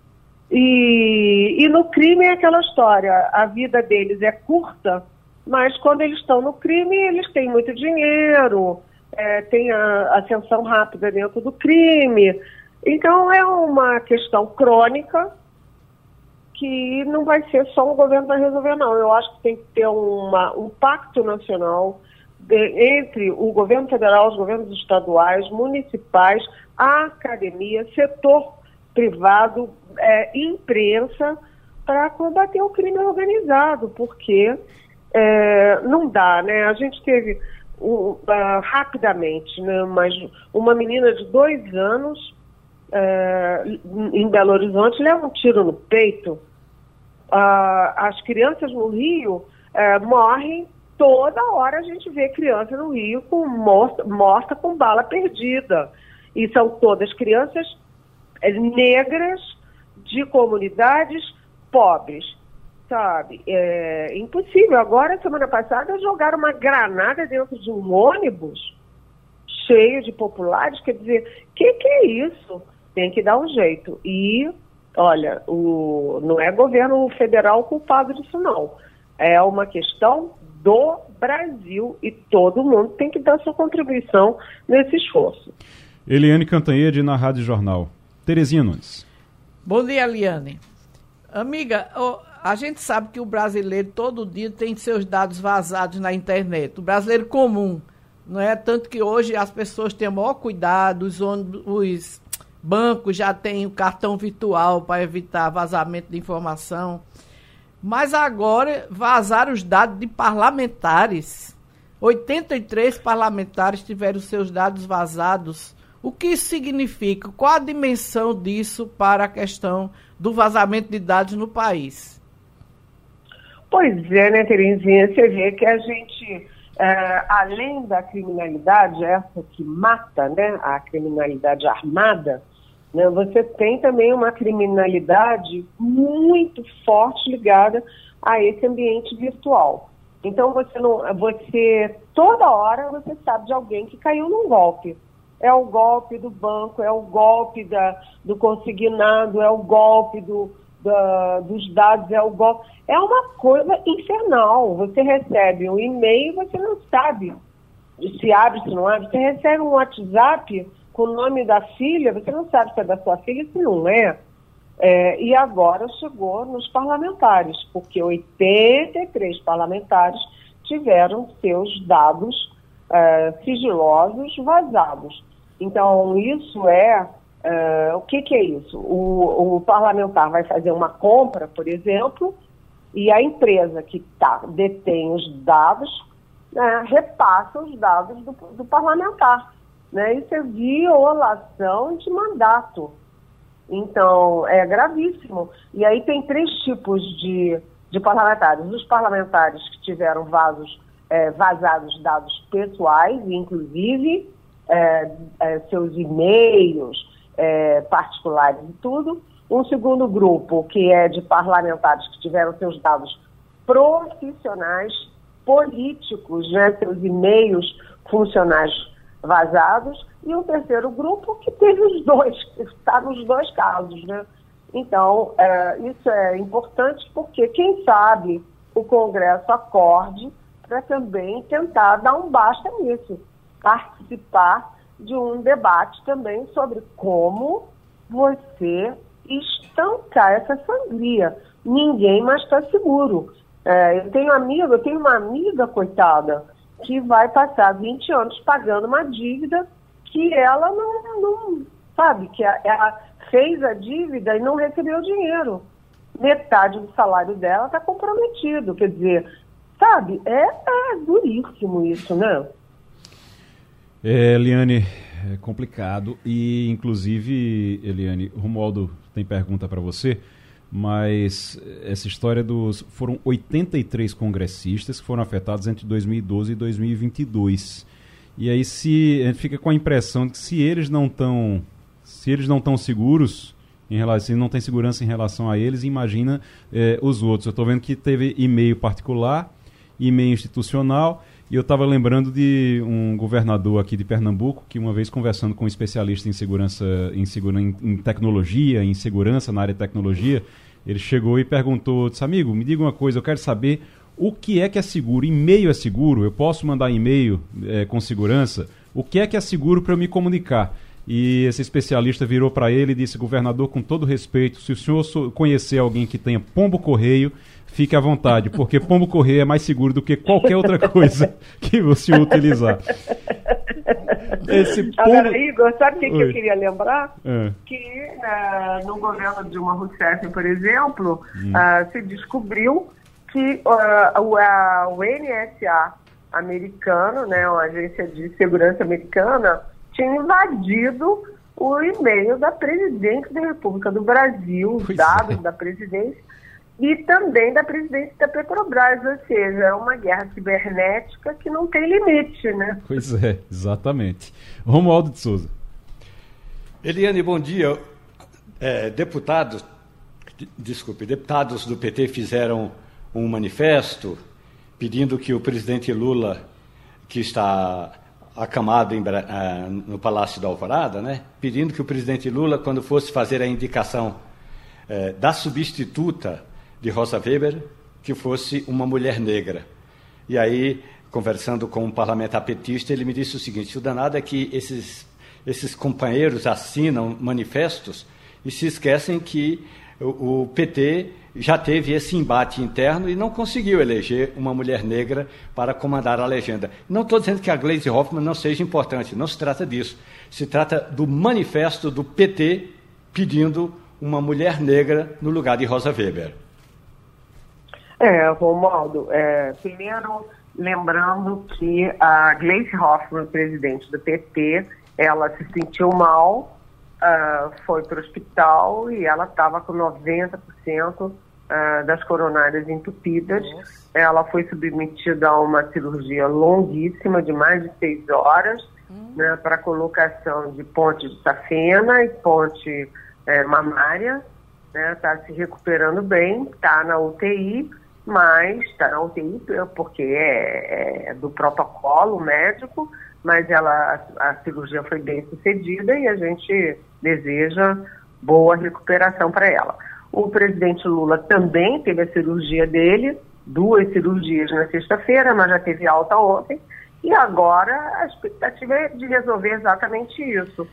E no crime é aquela história, a vida deles é curta, mas quando eles estão no crime, eles têm muito dinheiro, tem a ascensão rápida dentro do crime. Então é uma questão crônica que não vai ser só o governo vai resolver, não. Eu acho que tem que ter um pacto nacional entre o governo federal, os governos estaduais, municipais, a academia, setor privado, imprensa, para combater o crime organizado, porque não dá, né? A gente teve rapidamente, né, mas uma menina de 2 anos em Belo Horizonte leva um tiro no peito. As crianças no Rio morrem. Toda hora a gente vê criança no Rio morta com bala perdida. E são todas crianças negras de comunidades pobres, sabe? É impossível. Agora, semana passada, jogaram uma granada dentro de um ônibus cheio de populares. Quer dizer, que é isso? Tem que dar um jeito. E, olha, não é governo federal culpado disso, não. É uma questão do Brasil e todo mundo tem que dar sua contribuição nesse esforço. Eliane Cantanhede, na Rádio Jornal. Terezinha Nunes. Bom dia, Eliane. Amiga, a gente sabe que o brasileiro todo dia tem seus dados vazados na internet. O brasileiro comum, não é? Tanto que hoje as pessoas têm o maior cuidado, os bancos já têm o cartão virtual para evitar vazamento de informação. Mas agora vazaram os dados de parlamentares. 83 parlamentares tiveram seus dados vazados. O que isso significa? Qual a dimensão disso para a questão do vazamento de dados no país? Pois é, né, Terezinha? Você vê que a gente, além da criminalidade, essa que mata, né, a criminalidade armada, né, você tem também uma criminalidade muito forte ligada a esse ambiente virtual. Então, toda hora você sabe de alguém que caiu num golpe. É o golpe do banco, é o golpe do consignado, é o golpe dos dados, é o golpe. É uma coisa infernal. Você recebe um e-mail e você não sabe se abre, se não abre. Você recebe um WhatsApp com o nome da filha, você não sabe se é da sua filha, se não é. E agora chegou nos parlamentares, porque 83 parlamentares tiveram seus dados sigilosos vazados. Então, isso o que é isso? O parlamentar vai fazer uma compra, por exemplo, e a empresa que detém os dados repassa os dados do parlamentar. Né? Isso é violação de mandato. Então, é gravíssimo. E aí tem 3 tipos de parlamentares. Os parlamentares que tiveram vazados dados pessoais, inclusive seus e-mails particulares e tudo. Um segundo grupo, que é de parlamentares que tiveram seus dados profissionais, políticos, né, seus e-mails funcionais vazados, e um terceiro grupo que teve os dois, que está nos 2 casos, né? Então, isso é importante porque, quem sabe, o Congresso acorde para também tentar dar um basta nisso, participar de um debate também sobre como você estancar essa sangria. Ninguém mais está seguro. Eu tenho uma amiga, coitada, que vai passar 20 anos pagando uma dívida que ela não sabe, que ela fez a dívida e não recebeu dinheiro. Metade do salário dela está comprometido. Quer dizer, sabe, é duríssimo isso, né? Eliane, é complicado. E, inclusive, Eliane, Romualdo tem pergunta para você, mas essa história foram 83 congressistas que foram afetados entre 2012 e 2022. E aí a gente fica com a impressão de que se eles não estão seguros, se não tem segurança em relação a eles, imagina os outros. Eu estou vendo que teve e-mail particular, e-mail institucional, e eu estava lembrando de um governador aqui de Pernambuco que, uma vez conversando com um especialista em segurança, em tecnologia, em segurança na área de tecnologia, ele chegou e perguntou, disse: amigo, me diga uma coisa, eu quero saber o que é seguro. E-mail é seguro? Eu posso mandar e-mail com segurança? O que é seguro para eu me comunicar? E esse especialista virou para ele e disse: governador, com todo respeito, se o senhor conhecer alguém que tenha pombo correio, fique à vontade, porque pombo correio é mais seguro do que qualquer outra coisa que você utilizar. Agora, Igor, sabe o que eu queria lembrar? Que no governo de Dilma Rousseff, por exemplo, se descobriu que o NSA americano, né, uma agência de segurança americana, tinha invadido o e-mail da presidente da República do Brasil, os dados da presidência, e também da presidência da Petrobras, ou seja, é uma guerra cibernética que não tem limite, né? Pois é, exatamente. Romualdo de Souza. Eliane, bom dia. Deputados do PT fizeram um manifesto pedindo que o presidente Lula, que está acamado no Palácio da Alvorada, né, pedindo que o presidente Lula, quando fosse fazer a indicação da substituta de Rosa Weber, que fosse uma mulher negra. E aí, conversando com um parlamentar petista, ele me disse o seguinte: o danado é que esses companheiros assinam manifestos e se esquecem que o PT já teve esse embate interno e não conseguiu eleger uma mulher negra para comandar a legenda. Não estou dizendo que a Gleisi Hoffmann não seja importante, não se trata disso. Se trata do manifesto do PT pedindo uma mulher negra no lugar de Rosa Weber. Romualdo, primeiro lembrando que a Gleisi Hoffmann, presidente do PT, ela se sentiu mal, foi para o hospital e ela estava com 90% das coronárias entupidas. Nossa. Ela foi submetida a uma cirurgia longuíssima de mais de 6 horas, né, para colocação de ponte de safena e ponte mamária. Está se recuperando bem, está na UTI, mas está na UTI porque é do protocolo médico, mas a cirurgia foi bem sucedida e a gente deseja boa recuperação para ela. O presidente Lula também teve a cirurgia dele, 2 cirurgias na sexta-feira, mas já teve alta ontem, e agora a expectativa é de resolver exatamente isso.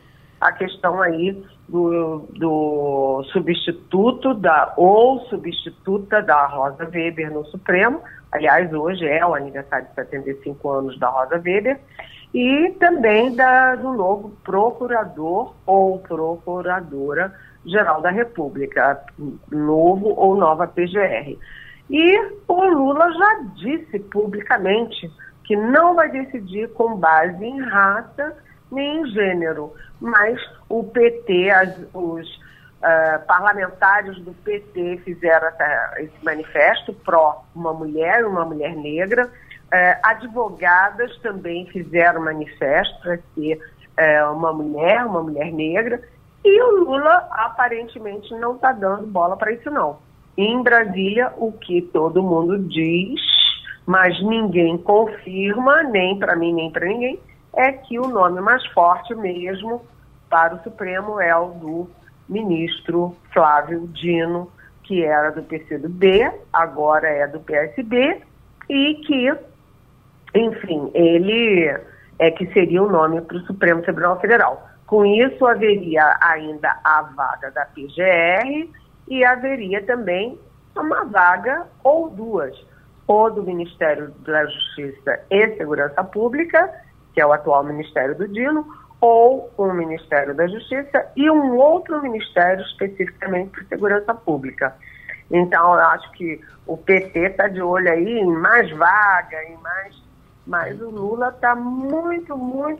a questão aí do substituto ou substituta da Rosa Weber no Supremo. Aliás, hoje é o aniversário de 75 anos da Rosa Weber, e também do novo procurador ou procuradora-geral da República, novo ou nova PGR. E o Lula já disse publicamente que não vai decidir com base em raça nem em gênero, mas o PT, os parlamentares do PT fizeram esse manifesto pró uma mulher negra, advogadas também fizeram manifesto para ser uma mulher negra, e o Lula aparentemente não está dando bola para isso não. Em Brasília, o que todo mundo diz, mas ninguém confirma, nem para mim, nem para ninguém, é que o nome mais forte mesmo para o Supremo é o do ministro Flávio Dino, que era do PCdoB, agora é do PSB, e que, enfim, ele que seria o nome para o Supremo Tribunal Federal. Com isso, haveria ainda a vaga da PGR e haveria também uma vaga ou duas, ou do Ministério da Justiça e Segurança Pública, que é o atual Ministério do Dino, ou um Ministério da Justiça e um outro ministério especificamente para Segurança Pública. Então, eu acho que o PT está de olho aí em mais vaga, mas o Lula está muito...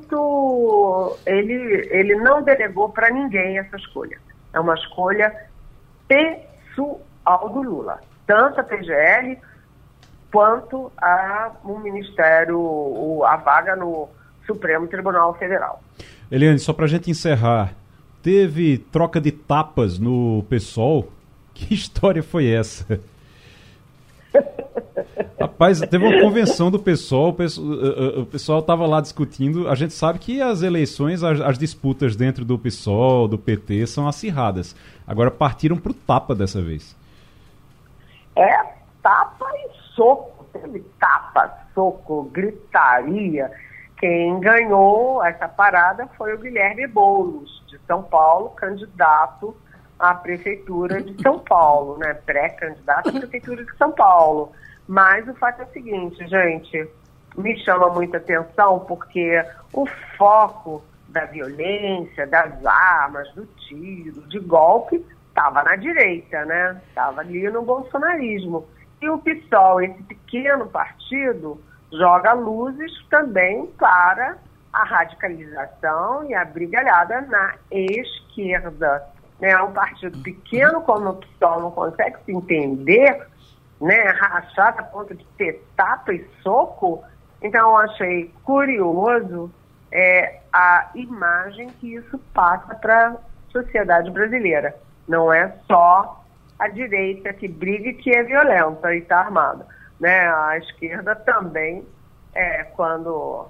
Ele não delegou para ninguém essa escolha. É uma escolha pessoal do Lula, tanto a PGR quanto o Ministério, a vaga no Supremo Tribunal Federal. Eliane, só para a gente encerrar, teve troca de tapas no PSOL? Que história foi essa? Rapaz, teve uma convenção do PSOL, o pessoal estava lá discutindo. A gente sabe que as eleições, as disputas dentro do PSOL, do PT, são acirradas. Agora partiram para o tapa dessa vez. Tapa e soco. Teve tapa, soco, gritaria. Quem ganhou essa parada foi o Guilherme Boulos, de São Paulo, candidato à Prefeitura de São Paulo, né? Pré-candidato à Prefeitura de São Paulo. Mas o fato é o seguinte, gente, me chama muita atenção porque o foco da violência, das armas, do tiro, de golpe, estava na direita, né? Estava ali no bolsonarismo. E o PSOL, esse pequeno partido, joga luzes também para a radicalização e a brigalhada na esquerda. Né? Um partido pequeno como o PSOL não consegue se entender, né? Rachado a ponto de ter tapa e soco. Então eu achei curioso a imagem que isso passa para a sociedade brasileira. Não é só a direita que briga e que é violenta e está armada. Né? A esquerda também, quando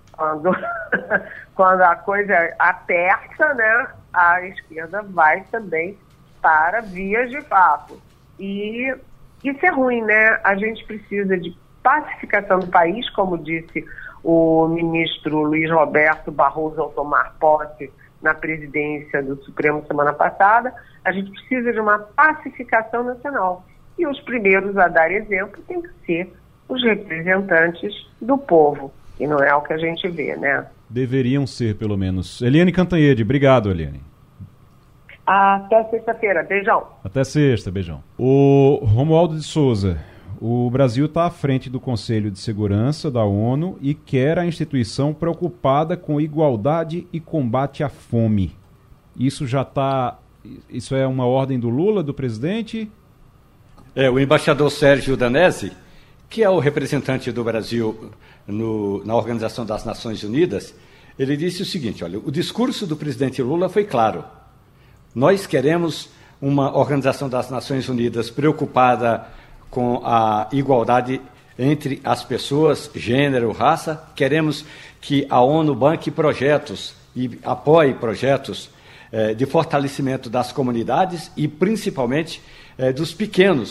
a coisa aperta, né, a esquerda vai também para vias de fato. E isso é ruim, né? A gente precisa de pacificação do país, como disse o ministro Luiz Roberto Barroso ao tomar posse na presidência do Supremo semana passada. A gente precisa de uma pacificação nacional. E os primeiros a dar exemplo têm que ser os representantes do povo. E não é o que a gente vê, né? Deveriam ser, pelo menos. Eliane Cantanhede, obrigado, Eliane. Até sexta-feira. Beijão. Até sexta, beijão. O Romualdo de Souza, o Brasil está à frente do Conselho de Segurança da ONU e quer a instituição preocupada com igualdade e combate à fome. Isso é uma ordem do Lula, do presidente? O embaixador Sérgio Danesi, que é o representante do Brasil na Organização das Nações Unidas, ele disse o seguinte, olha, o discurso do presidente Lula foi claro. Nós queremos uma Organização das Nações Unidas preocupada com a igualdade entre as pessoas, gênero, raça. Queremos que a ONU banque projetos e apoie projetos de fortalecimento das comunidades e, principalmente, dos pequenos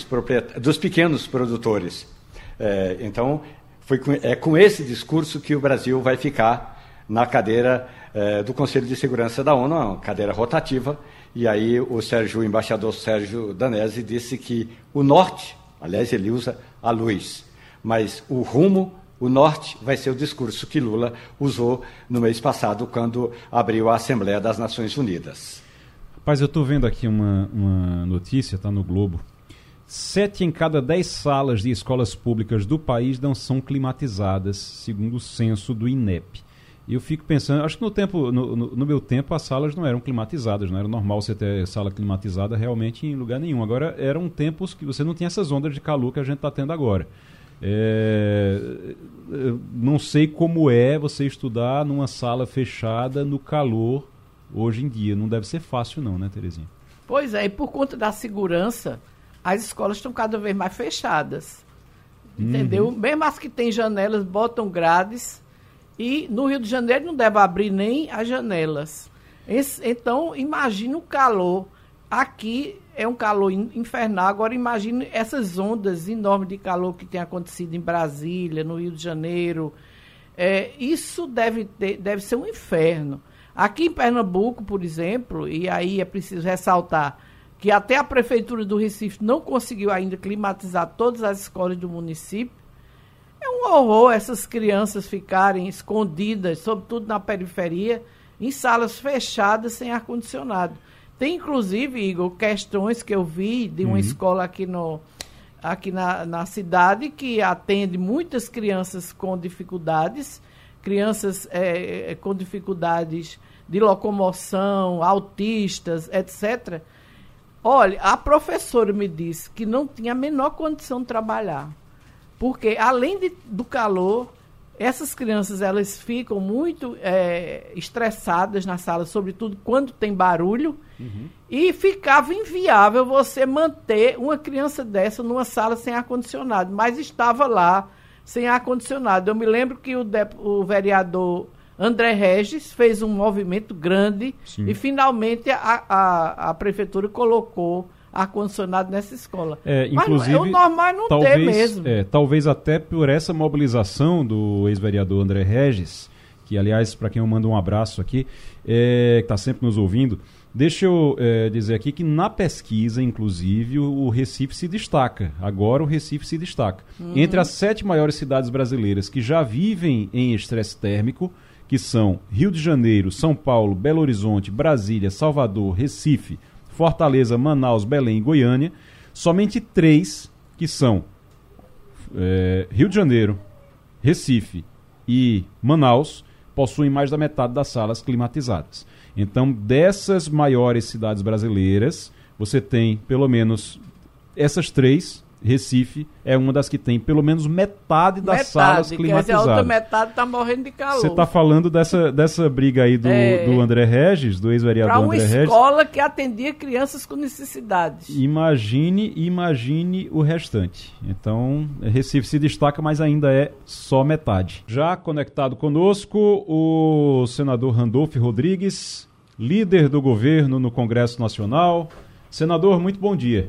produtores. Então, com esse discurso que o Brasil vai ficar na cadeira do Conselho de Segurança da ONU, uma cadeira rotativa, e aí o embaixador Sérgio Danesi disse que o norte, aliás, ele usa a luz, mas o rumo, o norte, vai ser o discurso que Lula usou no mês passado, quando abriu a Assembleia das Nações Unidas. Rapaz, eu estou vendo aqui uma notícia, está no Globo. 7 em cada 10 salas de escolas públicas do país não são climatizadas, segundo o censo do INEP. E eu fico pensando, acho que no meu tempo as salas não eram climatizadas, não era normal você ter sala climatizada realmente em lugar nenhum. Agora eram tempos que você não tinha essas ondas de calor que a gente está tendo agora. Não sei como é você estudar numa sala fechada no calor hoje em dia. Não deve ser fácil não, né, Terezinha? Pois é, e por conta da segurança, as escolas estão cada vez mais fechadas. Entendeu? Mesmo as que têm janelas, botam grades. E no Rio de Janeiro não deve abrir nem as janelas. Então, imagine o calor. Aqui é um calor infernal. Agora, imagine essas ondas enormes de calor que tem acontecido em Brasília, no Rio de Janeiro. Isso deve ser um inferno. Aqui em Pernambuco, por exemplo, e aí é preciso ressaltar que até a Prefeitura do Recife não conseguiu ainda climatizar todas as escolas do município. É um horror essas crianças ficarem escondidas, sobretudo na periferia, em salas fechadas sem ar-condicionado. Tem, inclusive, Igor, questões que eu vi de uma escola aqui na cidade que atende muitas crianças com dificuldades, com dificuldades de locomoção, autistas, etc. Olha, a professora me disse que não tinha a menor condição de trabalhar. Porque, além do calor, essas crianças elas ficam muito estressadas na sala, sobretudo quando tem barulho, e ficava inviável você manter uma criança dessa numa sala sem ar-condicionado, mas estava lá sem ar-condicionado. Eu me lembro que o vereador André Regis fez um movimento grande. Sim. E, finalmente, a prefeitura colocou ar-condicionado nessa escola. Inclusive, mas o normal não ter mesmo. Talvez até por essa mobilização do ex-vereador André Regis, que, aliás, para quem eu mando um abraço aqui, que está sempre nos ouvindo, deixa eu dizer aqui que na pesquisa, inclusive, o Recife se destaca. Agora o Recife se destaca. Entre as 7 maiores cidades brasileiras que já vivem em estresse térmico, que são Rio de Janeiro, São Paulo, Belo Horizonte, Brasília, Salvador, Recife, Fortaleza, Manaus, Belém e Goiânia, somente 3, que são Rio de Janeiro, Recife e Manaus, possuem mais da metade das salas climatizadas. Então, dessas maiores cidades brasileiras, você tem pelo menos essas 3. Recife é uma das que tem pelo menos metade das salas climatizadas. Quer dizer, a outra metade está morrendo de calor. Você está falando dessa briga aí do André Regis, do ex-vereador André Regis. Para uma escola que atendia crianças com necessidades. Imagine o restante. Então, Recife se destaca, mas ainda é só metade. Já conectado conosco, o senador Randolfo Rodrigues, líder do governo no Congresso Nacional. Senador, muito bom dia.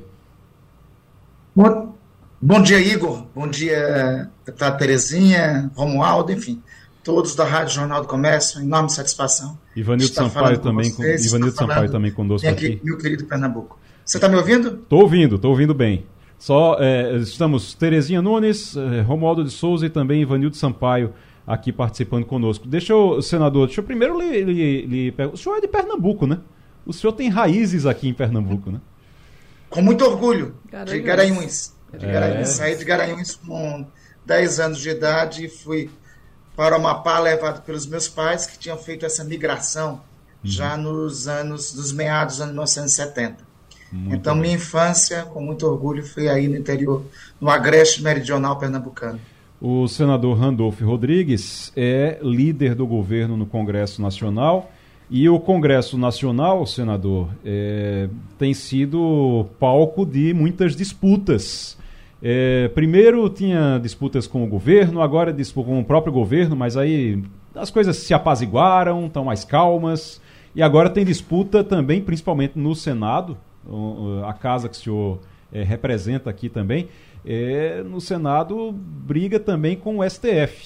Bom dia, Igor. Bom dia, deputada Terezinha, Romualdo, enfim, todos da Rádio Jornal do Comércio. Enorme satisfação. Ivanildo Sampaio também conosco aqui. Meu querido Pernambuco. Você está me ouvindo? Estou ouvindo bem. Estamos Terezinha Nunes, Romualdo de Souza e também Ivanildo Sampaio aqui participando conosco. Senador, deixa eu primeiro lhe perguntar. O senhor é de Pernambuco, né? O senhor tem raízes aqui em Pernambuco, né? Com muito orgulho, de Garanhuns. Saí de Garanhuns com 10 anos de idade e fui para o Amapá, levado pelos meus pais, que tinham feito essa migração já nos meados dos anos 1970. Então, minha infância, com muito orgulho, foi aí no interior, no Agreste Meridional pernambucano. O senador Randolfo Rodrigues é líder do governo no Congresso Nacional. E o Congresso Nacional, senador, tem sido palco de muitas disputas. Primeiro tinha disputas com o governo, agora disputa com o próprio governo, mas aí as coisas se apaziguaram, estão mais calmas. E agora tem disputa também, principalmente no Senado, a casa que o senhor representa aqui também. No Senado briga também com o STF.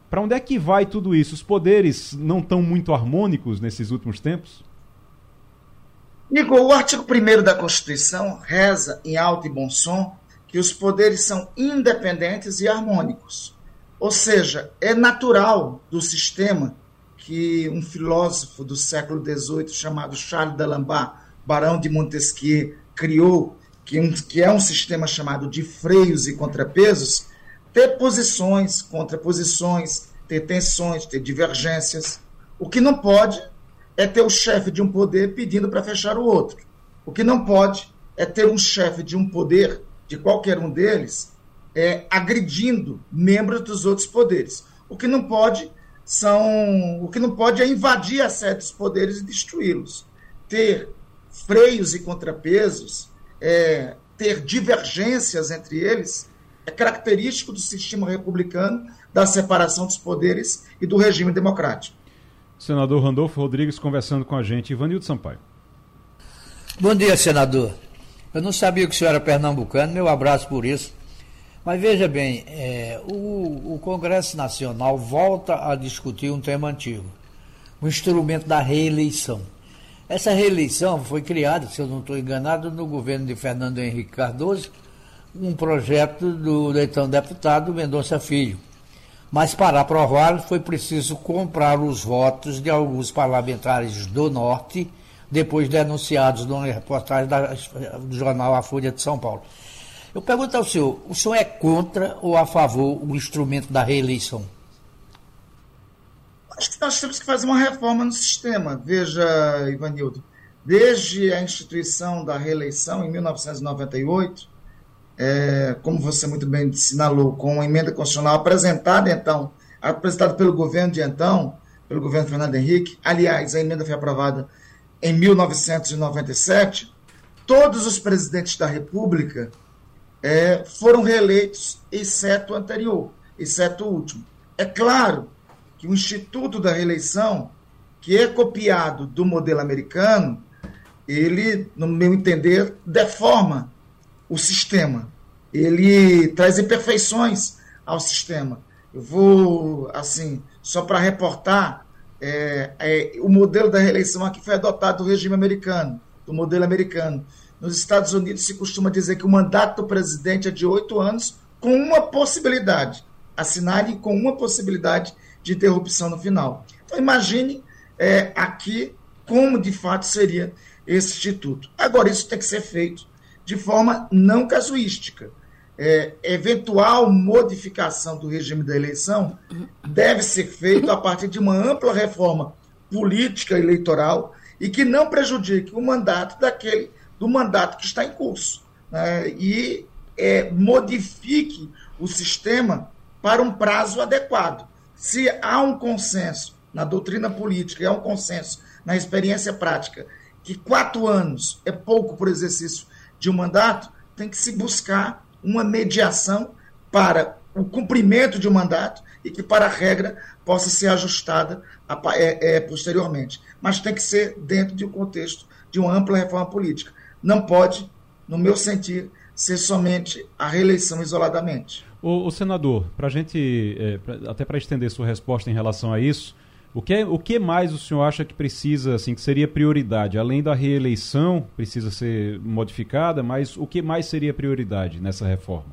Para onde é que vai tudo isso? Os poderes não estão muito harmônicos nesses últimos tempos? Igor, o artigo 1º da Constituição reza em alto e bom som que os poderes são independentes e harmônicos. Ou seja, é natural do sistema que um filósofo do século XVIII chamado Charles d'Alembert, Barão de Montesquieu, criou, que é um sistema chamado de freios e contrapesos, ter posições, contraposições, ter tensões, ter divergências. O que não pode é ter o chefe de um poder pedindo para fechar o outro. O que não pode é ter um chefe de um poder, de qualquer um deles, agredindo membros dos outros poderes. O que não pode é invadir a sede dos poderes e destruí-los. Ter freios e contrapesos, ter divergências entre eles, é característico do sistema republicano, da separação dos poderes e do regime democrático. Senador Randolfo Rodrigues conversando com a gente. Ivanildo Sampaio. Bom dia, senador. Eu não sabia que o senhor era pernambucano, meu abraço por isso. Mas veja bem, o Congresso Nacional volta a discutir um tema antigo, o instrumento da reeleição. Essa reeleição foi criada, se eu não estou enganado, no governo de Fernando Henrique Cardoso, um projeto do então deputado Mendonça Filho. Mas para aprová-lo foi preciso comprar os votos de alguns parlamentares do Norte, depois denunciados numa reportagem do jornal A Folha de São Paulo. Eu pergunto ao senhor, o senhor é contra ou a favor do instrumento da reeleição? Acho que nós temos que fazer uma reforma no sistema. Veja, Ivanildo, desde a instituição da reeleição em 1998, como você muito bem sinalou, com uma emenda constitucional apresentada pelo governo de então, pelo governo Fernando Henrique, aliás, a emenda foi aprovada em 1997, todos os presidentes da República foram reeleitos, exceto o anterior, exceto o último. É claro que o Instituto da Reeleição, que é copiado do modelo americano, ele, no meu entender, deforma o sistema. Ele traz imperfeições ao sistema. Eu vou, só para reportar, o modelo da reeleição aqui foi adotado do regime americano, do modelo americano. Nos Estados Unidos se costuma dizer que o mandato do presidente é de 8 anos, com uma possibilidade, assinale com uma possibilidade de interrupção no final. Então imagine aqui como de fato seria esse instituto. Agora, isso tem que ser feito de forma não casuística. Eventual modificação do regime da eleição deve ser feito a partir de uma ampla reforma política eleitoral e que não prejudique o mandato do mandato que está em curso, né? E modifique o sistema para um prazo adequado. Se há um consenso na doutrina política e há um consenso na experiência prática que 4 anos é pouco por exercício de um mandato, tem que se buscar uma mediação para o cumprimento de um mandato e que, para a regra, possa ser ajustada posteriormente. Mas tem que ser dentro de um contexto de uma ampla reforma política. Não pode, no meu sentir, ser somente a reeleição isoladamente. O senador, para a gente, até para estender sua resposta em relação a isso, o que mais o senhor acha que precisa, que seria prioridade? Além da reeleição, precisa ser modificada, mas o que mais seria prioridade nessa reforma?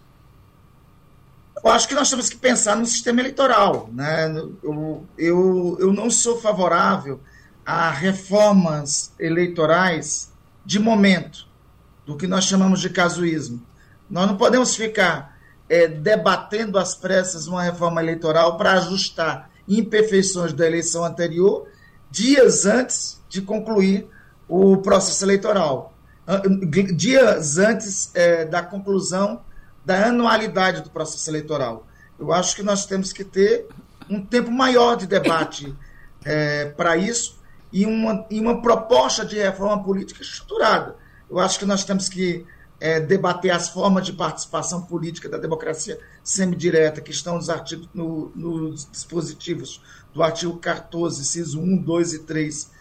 Eu acho que nós temos que pensar no sistema eleitoral, né? Eu não sou favorável a reformas eleitorais de momento, do que nós chamamos de casuísmo. Nós não podemos ficar debatendo às pressas uma reforma eleitoral para ajustar imperfeições da eleição anterior dias antes de concluir o processo eleitoral, dias antes da conclusão da anualidade do processo eleitoral. Eu acho que nós temos que ter um tempo maior de debate para isso e uma proposta de reforma política estruturada. Eu acho que nós temos que debater as formas de participação política da democracia semidireta que estão nos dispositivos do artigo 14, inciso 1, 2 e 3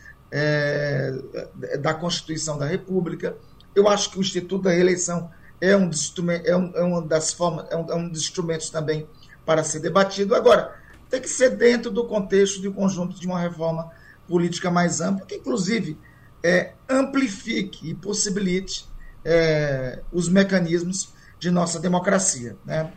da Constituição da República. Eu acho que o Instituto da Reeleição é um dos instrumentos também para ser debatido. Agora, tem que ser dentro do contexto de um conjunto de uma reforma política mais ampla, que inclusive amplifique e possibilite os mecanismos de nossa democracia, né?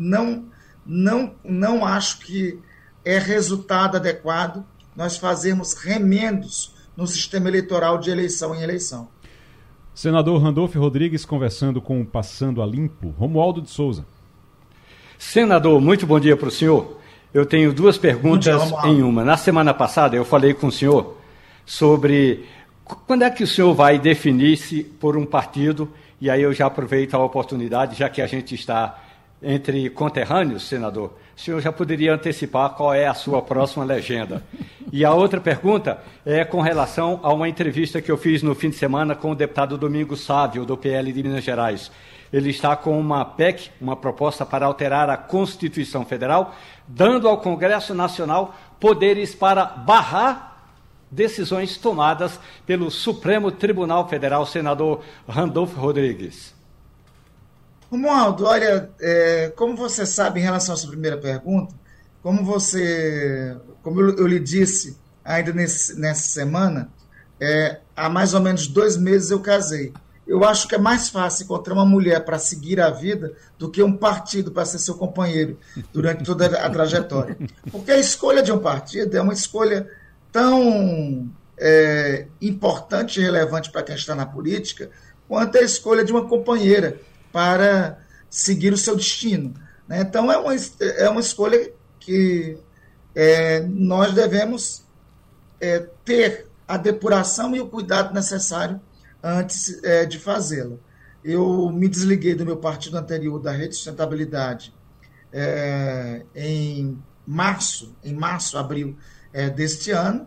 Não acho que é resultado adequado nós fazermos remendos no sistema eleitoral de eleição em eleição. Senador Randolfo Rodrigues conversando com o Passando a Limpo. Romualdo de Souza. Senador, muito bom dia para o senhor. Eu tenho duas perguntas em uma. Na semana passada eu falei com o senhor sobre quando é que o senhor vai definir-se por um partido, e aí eu já aproveito a oportunidade, já que a gente está entre conterrâneos, senador, o senhor já poderia antecipar qual é a sua próxima legenda. E a outra pergunta é com relação a uma entrevista que eu fiz no fim de semana com o deputado Domingos Sávio, do PL de Minas Gerais. Ele está com uma PEC, uma proposta para alterar a Constituição Federal, dando ao Congresso Nacional poderes para barrar decisões tomadas pelo Supremo Tribunal Federal. Senador Randolfo Rodrigues. Romualdo, olha, como você sabe em relação à sua primeira pergunta, como eu lhe disse ainda nessa semana, há mais ou menos 2 meses eu casei. Eu acho que é mais fácil encontrar uma mulher para seguir a vida do que um partido para ser seu companheiro durante toda a trajetória. Porque a escolha de um partido é uma escolha tão importante e relevante para quem está na política, quanto a escolha de uma companheira para seguir o seu destino, né? Então, é uma escolha que nós devemos ter a depuração e o cuidado necessário antes de fazê-la. Eu me desliguei do meu partido anterior, da Rede de Sustentabilidade, em março, abril deste ano.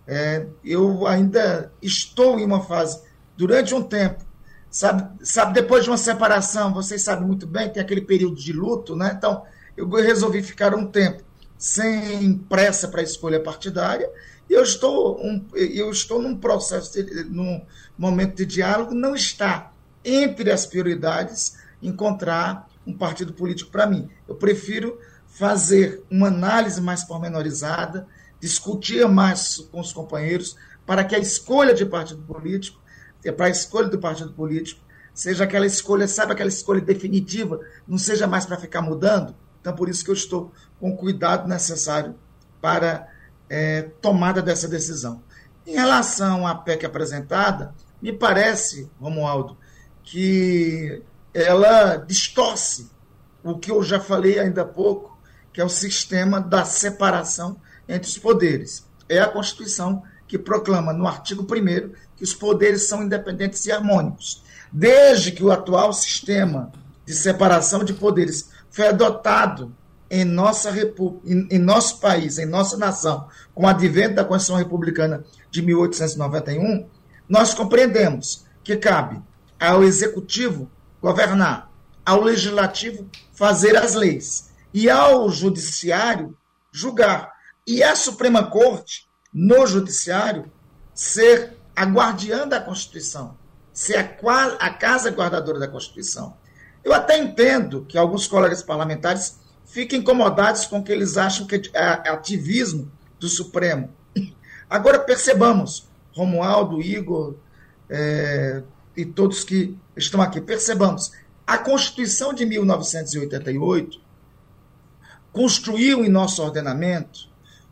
Eu ainda estou em uma fase, durante um tempo, sabe, depois de uma separação, vocês sabem muito bem, tem aquele período de luto, né? Então, eu resolvi ficar um tempo sem pressa para a escolha partidária, e eu estou num processo, num momento de diálogo. Não está entre as prioridades encontrar um partido político para mim. Eu prefiro fazer uma análise mais pormenorizada, discutir mais com os companheiros, para que a escolha de partido político, para a escolha do partido político, seja aquela escolha, sabe, aquela escolha definitiva, não seja mais para ficar mudando. Então, por isso que eu estou com o cuidado necessário para tomada dessa decisão. Em relação à PEC apresentada, me parece, Romualdo, que ela distorce o que eu já falei ainda há pouco, que é o sistema da separação entre os poderes. É a Constituição que proclama, no artigo 1º, que os poderes são independentes e harmônicos. Desde que o atual sistema de separação de poderes foi adotado em nossa em nosso país, em nossa nação, com o advento da Constituição Republicana de 1891, nós compreendemos que cabe ao Executivo governar, ao Legislativo fazer as leis e ao Judiciário julgar. E a Suprema Corte, no Judiciário, ser a guardiã da Constituição, ser a casa guardadora da Constituição. Eu até entendo que alguns colegas parlamentares fiquem incomodados com o que eles acham que é ativismo do Supremo. Agora percebamos, Romualdo, Igor e todos que estão aqui, percebamos, a Constituição de 1988 construiu em nosso ordenamento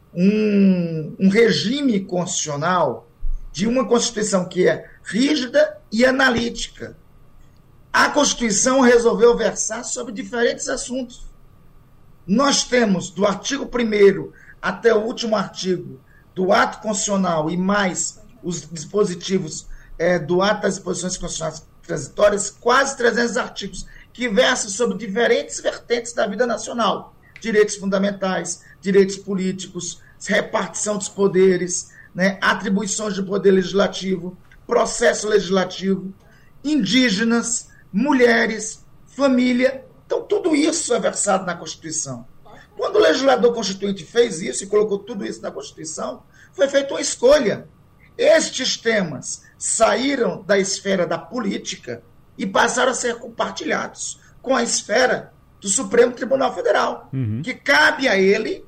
um regime constitucional de uma Constituição que é rígida e analítica. A Constituição resolveu versar sobre diferentes assuntos. Nós temos, do artigo 1º até o último artigo do ato constitucional e mais os dispositivos do ato das disposições constitucionais transitórias, quase 300 artigos que versam sobre diferentes vertentes da vida nacional. Direitos fundamentais, direitos políticos, repartição dos poderes, né, atribuições de poder legislativo, processo legislativo, indígenas, mulheres, família. Então, tudo isso é versado na Constituição. Quando o legislador constituinte fez isso e colocou tudo isso na Constituição, foi feita uma escolha. Estes temas saíram da esfera da política e passaram a ser compartilhados com a esfera do Supremo Tribunal Federal, que cabe a ele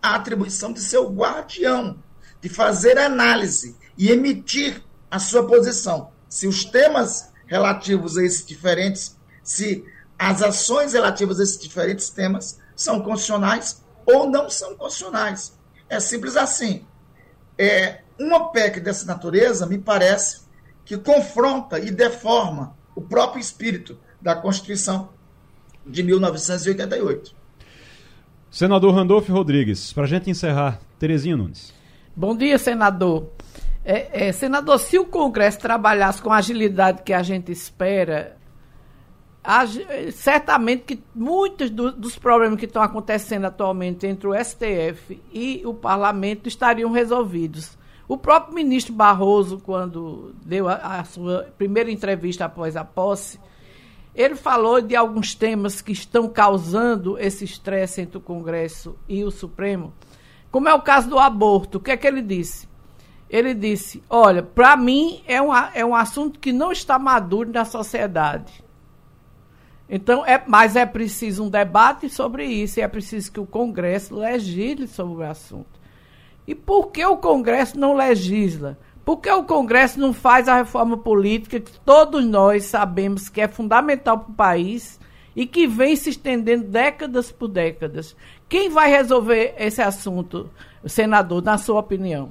a atribuição de ser o guardião, de fazer análise e emitir a sua posição. Se os temas relativos a esses diferentes, se as ações relativas a esses diferentes temas são constitucionais ou não são constitucionais. É simples assim. Uma PEC dessa natureza, me parece, que confronta e deforma o próprio espírito da Constituição de 1988. Senador Randolfo Rodrigues, para a gente encerrar, Terezinha Nunes. Bom dia, senador. Senador, se o Congresso trabalhasse com a agilidade que a gente espera, certamente que muitos dos problemas que estão acontecendo atualmente entre o STF e o Parlamento estariam resolvidos. O próprio ministro Barroso, quando deu a sua primeira entrevista após a posse, ele falou de alguns temas que estão causando esse estresse entre o Congresso e o Supremo, como é o caso do aborto. O que é que ele disse? Ele disse, olha, para mim é um assunto que não está maduro na sociedade. Então, mas é preciso um debate sobre isso, e é preciso que o Congresso legisle sobre o assunto. E por que o Congresso não legisla? Por que o Congresso não faz a reforma política que todos nós sabemos que é fundamental para o país e que vem se estendendo décadas por décadas? Quem vai resolver esse assunto, senador, na sua opinião?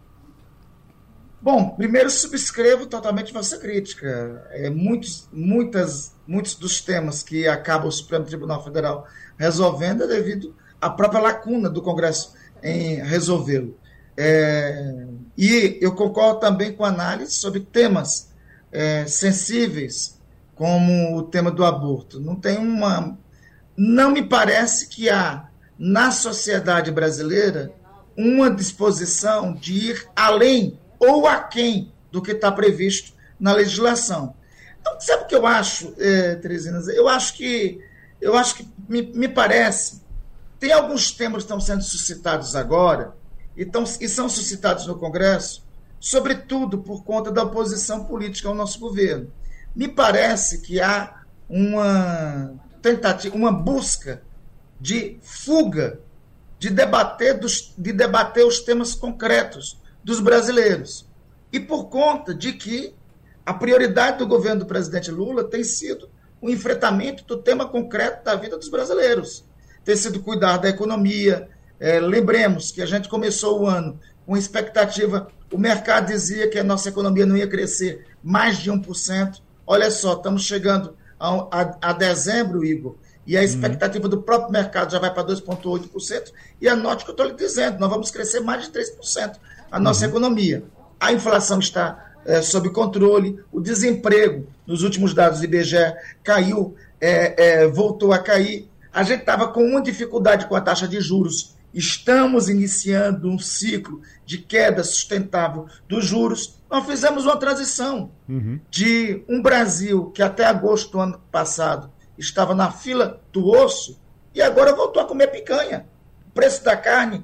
Bom, primeiro subscrevo totalmente vossa crítica. Muitos dos temas que acaba o Supremo Tribunal Federal resolvendo é devido à própria lacuna do Congresso em resolvê-lo. E eu concordo também com a análise sobre temas sensíveis, como o tema do aborto. Não me parece que há, na sociedade brasileira, uma disposição de ir além ou aquém do que está previsto na legislação. Então, sabe o que eu acho, Teresina? Eu acho que me parece, tem alguns temas que estão sendo suscitados agora e são suscitados no Congresso, sobretudo por conta da oposição política ao nosso governo. Me parece que há uma tentativa, uma busca de fuga, de debater os temas concretos dos brasileiros. E por conta de que a prioridade do governo do presidente Lula tem sido o enfrentamento do tema concreto da vida dos brasileiros. Tem sido cuidar da economia. Lembremos que a gente começou o ano com expectativa, o mercado dizia que a nossa economia não ia crescer mais de 1%. Olha só, estamos chegando a dezembro, Igor, e a expectativa do próprio mercado já vai para 2,8%, e anote o que eu estou lhe dizendo, nós vamos crescer mais de 3% a nossa economia. A inflação está sob controle, o desemprego, nos últimos dados do IBGE, caiu, voltou a cair. A gente estava com uma dificuldade com a taxa de juros. Estamos iniciando um ciclo de queda sustentável dos juros. Nós fizemos uma transição de um Brasil que até agosto do ano passado estava na fila do osso e agora voltou a comer picanha. O preço da carne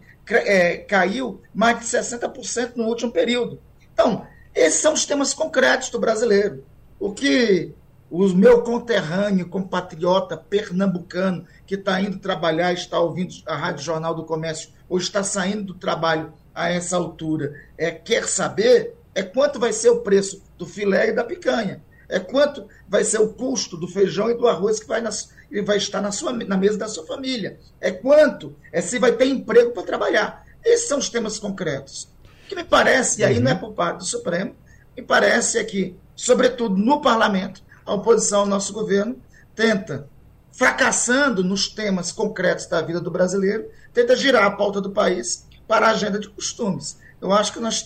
caiu mais de 60% no último período. Então, esses são os temas concretos do brasileiro. O que o meu conterrâneo, compatriota pernambucano, que está indo trabalhar, está ouvindo a Rádio Jornal do Comércio, ou está saindo do trabalho a essa altura, quer saber quanto vai ser o preço do filé e da picanha, quanto vai ser o custo do feijão e do arroz que vai estar na mesa da sua família, se vai ter emprego para trabalhar. Esses são os temas concretos. O que me parece, e aí não é por parte do Supremo, me parece que, sobretudo no Parlamento, a oposição ao nosso governo tenta, fracassando nos temas concretos da vida do brasileiro, tenta girar a pauta do país para a agenda de costumes. Eu acho que nós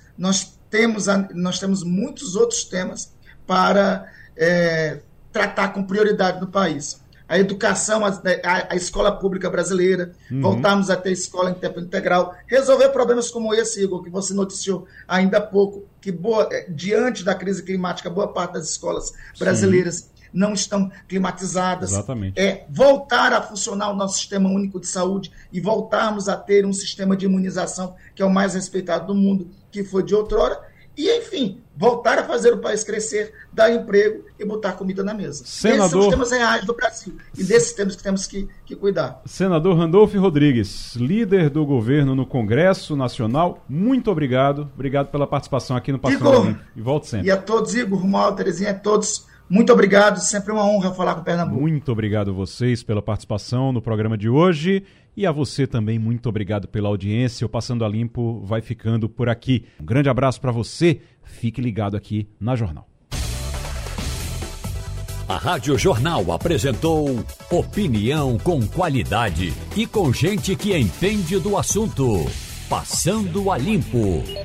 temos muitos outros temas para tratar com prioridade no país. A educação, a escola pública brasileira, voltarmos a ter escola em tempo integral, resolver problemas como esse, Igor, que você noticiou ainda há pouco, que diante da crise climática, boa parte das escolas brasileiras não estão climatizadas. Exatamente. Voltar a funcionar o nosso sistema único de saúde e voltarmos a ter um sistema de imunização que é o mais respeitado do mundo, que foi de outrora, e, enfim, voltar a fazer o país crescer, dar emprego e botar comida na mesa. Senador... Esses são os temas reais do Brasil e desses temas que temos que cuidar. Senador Randolfo Rodrigues, líder do governo no Congresso Nacional, muito obrigado. Obrigado pela participação aqui no Passando a Limpo. E volte sempre. E a todos, Igor, Romualdo, Terezinha, a todos, muito obrigado. Sempre uma honra falar com o Pernambuco. Muito obrigado a vocês pela participação no programa de hoje. E a você também, muito obrigado pela audiência. O Passando a Limpo vai ficando por aqui. Um grande abraço para você. Fique ligado aqui na Jornal. A Rádio Jornal apresentou opinião com qualidade e com gente que entende do assunto. Passando a Limpo.